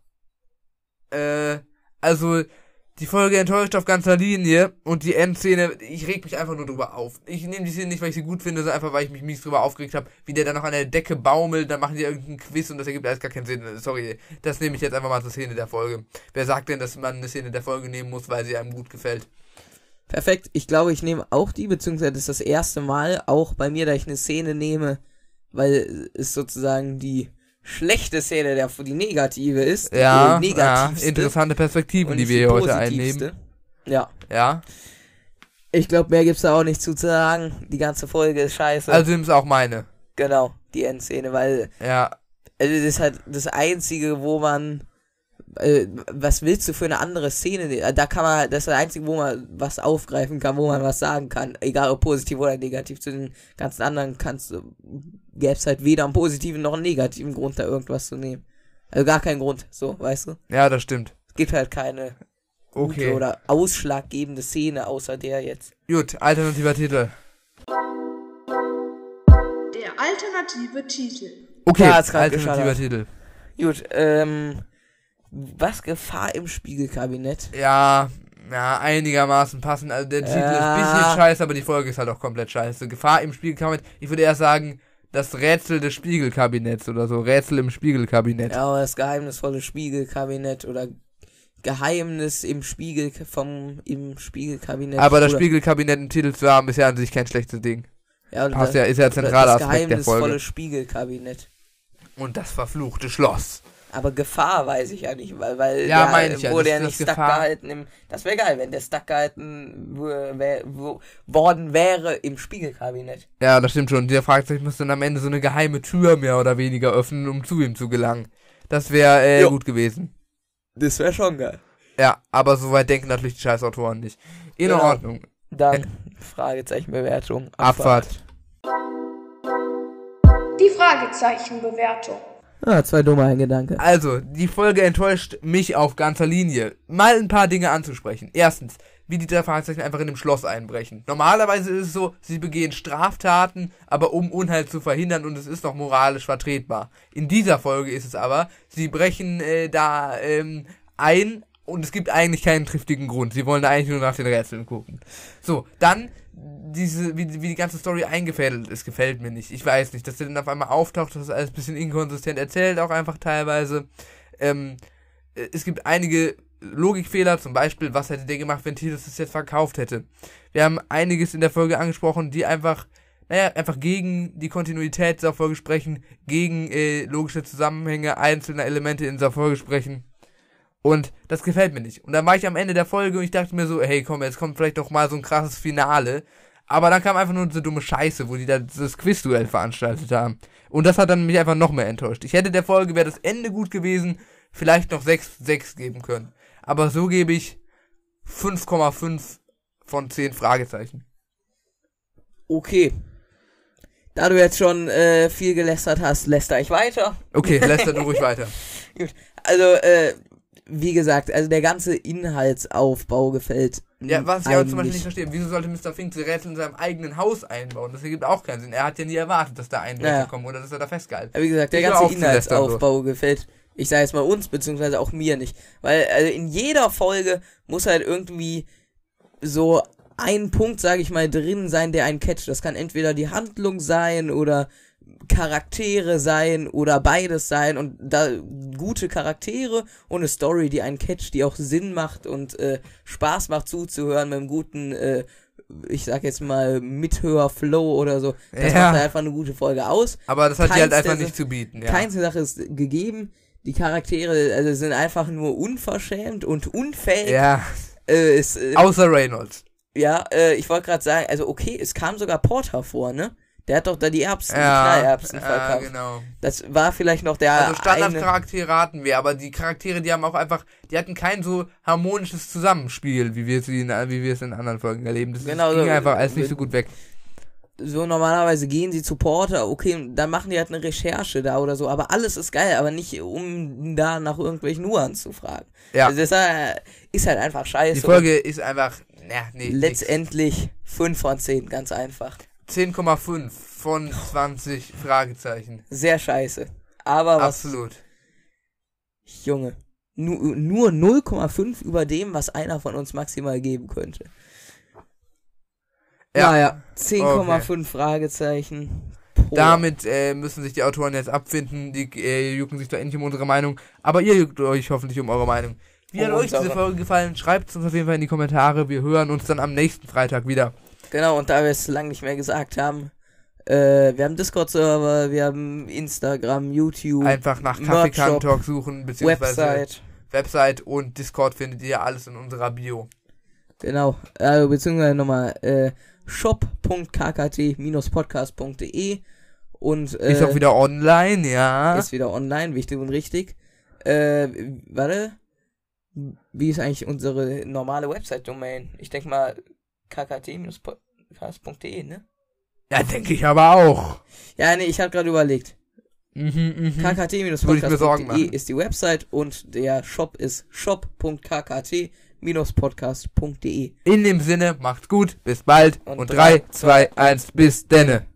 Also, die Folge enttäuscht auf ganzer Linie und die Endszene, ich reg mich einfach nur drüber auf. Ich nehme die Szene nicht, weil ich sie gut finde, sondern einfach, weil ich mich mies drüber aufgeregt habe, wie der dann noch an der Decke baumelt, dann machen die irgendeinen Quiz und das ergibt alles gar keinen Sinn. Sorry, das nehme ich jetzt einfach mal zur Szene der Folge. Wer sagt denn, dass man eine Szene der Folge nehmen muss, weil sie einem gut gefällt? Perfekt. Ich glaube, ich nehme auch die, beziehungsweise das ist das erste Mal auch bei mir, dass ich eine Szene nehme, weil es sozusagen die schlechte Szene, die negative ist. Ja, die negativste interessante Perspektiven, und die nicht wir hier heute positivste. einnehmen. Ja. Ja, Ich glaube, mehr gibt's da auch nicht zu sagen. Die ganze Folge ist scheiße. also nimm's auch meine. Genau, die Endszene, weil Ja, also das ist halt das Einzige, wo man was willst du für eine andere Szene? Da kann man, das ist das Einzige, wo man was aufgreifen kann, wo man was sagen kann, egal ob positiv oder negativ. Zu den ganzen anderen gäbe es halt weder einen positiven noch einen negativen Grund, da irgendwas zu nehmen. Also gar keinen Grund, so, weißt du? ja, das stimmt. Es gibt halt keine gute Okay, oder ausschlaggebende Szene, außer der jetzt. gut, alternativer Titel. Der alternative Titel. Okay, Ja, ist grad alternativer geschallert. Titel. Gut, was Gefahr im Spiegelkabinett? Ja, einigermaßen passend. Also der Titel ist ein bisschen scheiße, aber die Folge ist halt auch komplett scheiße. Gefahr im Spiegelkabinett. Ich würde eher sagen, das Rätsel des Spiegelkabinetts oder so. Rätsel im Spiegelkabinett. Ja, aber das geheimnisvolle Spiegelkabinett oder Geheimnis im Spiegelkabinett. Aber das oder, Spiegelkabinett im Titel zu haben, ist ja an sich kein schlechtes Ding. ja, oder Passt ja, ist ja ein oder zentraler das Aspekt der geheimnisvolle Folge. Spiegelkabinett. Und das verfluchte Schloss. Aber Gefahr weiß ich ja nicht, weil Ja, meine ich ja, wurde das ja ist nicht das stuck Gefahr. gehalten. Das wäre geil, wenn der stuck gehalten worden wäre im Spiegelkabinett. Ja, das stimmt schon. Der Fragezeichen muss dann am Ende so eine geheime Tür mehr oder weniger öffnen, um zu ihm zu gelangen. Das wäre Jo. gut gewesen. Das wäre schon geil. Ja, aber soweit denken natürlich die scheiß Autoren nicht. In Genau. Ordnung. Dann Fragezeichenbewertung. Abfahrt. Die Fragezeichenbewertung. 2 dumme, ein Gedanke. Also, die Folge enttäuscht mich auf ganzer Linie. Mal ein paar Dinge anzusprechen. Erstens, wie die 3 Fragezeichen einfach in dem Schloss einbrechen. Normalerweise ist es so, sie begehen Straftaten, aber um Unheil zu verhindern und es ist noch moralisch vertretbar. In dieser Folge ist es aber, sie brechen ein und es gibt eigentlich keinen triftigen Grund. Sie wollen da eigentlich nur nach den Rätseln gucken. So, dann wie die ganze Story eingefädelt ist, gefällt mir nicht. Ich weiß nicht, dass der dann auf einmal auftaucht, das ist alles ein bisschen inkonsistent erzählt, auch einfach teilweise. Es gibt einige Logikfehler, zum Beispiel, was hätte der gemacht, wenn Titus das jetzt verkauft hätte. Wir haben einiges in der Folge angesprochen, die einfach gegen die Kontinuität dieser Folge sprechen, gegen logische Zusammenhänge einzelner Elemente in dieser Folge sprechen. Und das gefällt mir nicht. Und dann war ich am Ende der Folge und ich dachte mir so, hey komm, jetzt kommt vielleicht doch mal so ein krasses Finale. Aber dann kam einfach nur diese dumme Scheiße, wo die da das Quizduell veranstaltet haben. Und das hat dann mich einfach noch mehr enttäuscht. Ich hätte der Folge, wäre das Ende gut gewesen, vielleicht noch 6 geben können. Aber so gebe ich 5,5 von 10 Fragezeichen. Okay. Da du jetzt schon viel gelästert hast, läster ich weiter. Okay, lässt du ruhig weiter. Gut. Also, wie gesagt, also der ganze Inhaltsaufbau gefällt Ja, was ich aber zum Beispiel eigentlich nicht verstehe, wieso sollte Mr. Fink die Rätsel in seinem eigenen Haus einbauen? Das ergibt auch keinen Sinn. Er hat ja nie erwartet, dass da ein Rätsel kommt oder dass er da festgehalten. Aber wie gesagt, der Ich höre ganze auf zu lästern, Inhaltsaufbau gefällt, ich sage jetzt mal uns, beziehungsweise auch mir nicht. Weil, also in jeder Folge muss halt irgendwie so ein Punkt, sage ich mal, drin sein, der einen catcht. Das kann entweder die Handlung sein oder Charaktere sein oder beides sein und da gute Charaktere und eine Story, die einen catcht, die auch Sinn macht und Spaß macht zuzuhören mit einem guten, ich sag jetzt mal, Mithör-Flow oder so. Das Ja. macht einfach eine gute Folge aus. Aber das hat die halt Keins einfach der- nicht zu bieten, ja. Keine Sache ist gegeben. Die Charaktere also sind einfach nur unverschämt und unfähig. Ja, Ich außer Reynolds. wollte gerade sagen, also okay, es kam sogar Porter vor, ne? Der hat doch da die Erbsen, die Knallerbsen verkauft. Genau. Das war vielleicht noch der Also Standardcharaktere hatten wir, aber die Charaktere, die haben auch einfach, die hatten kein so harmonisches Zusammenspiel, wie wir es in anderen Folgen erleben. Das Genau, ging so, einfach alles nicht so gut weg. so normalerweise gehen sie zu Porter, okay, und dann machen die halt eine Recherche da oder so, aber alles ist geil, aber nicht um da nach irgendwelchen Nuancen zu fragen. Ja. Also das ist halt einfach scheiße. Die Folge ist einfach, nee, letztendlich 5 von 10, ganz einfach. 10,5 von 20 Fragezeichen. Sehr scheiße. Aber was, Absolut. Junge, nur 0,5 über dem, was einer von uns maximal geben könnte. Ja. Naja, 10,5 Fragezeichen. Boah. Damit müssen sich die Autoren jetzt abfinden, die jucken sich da endlich um unsere Meinung, aber ihr juckt euch hoffentlich um eure Meinung. Wie hat euch diese Folge gefallen? Schreibt es uns auf jeden Fall in die Kommentare, wir hören uns dann am nächsten Freitag wieder. Genau, und da wir es lange nicht mehr gesagt haben, wir haben Discord-Server, wir haben Instagram, YouTube, Einfach nach Merch-Shop, Kaffeekantalk suchen, beziehungsweise Website. und Discord findet ihr alles in unserer Bio. Genau, also beziehungsweise nochmal shop.kkt-podcast.de und Ist auch wieder online, ja. ist wieder online, wichtig und richtig. Warte, wie ist eigentlich unsere normale Website-Domain? Ich denke mal kkt-podcast.de, ne? Ja, denke ich aber auch. Ja, nee, ich habe gerade überlegt. Würde ich mir Sorgen kkt-podcast.de machen. ist die Website und der Shop ist shop.kkt-podcast.de. In dem Sinne, macht's gut, bis bald Und und 3, 2, 1, bis denne.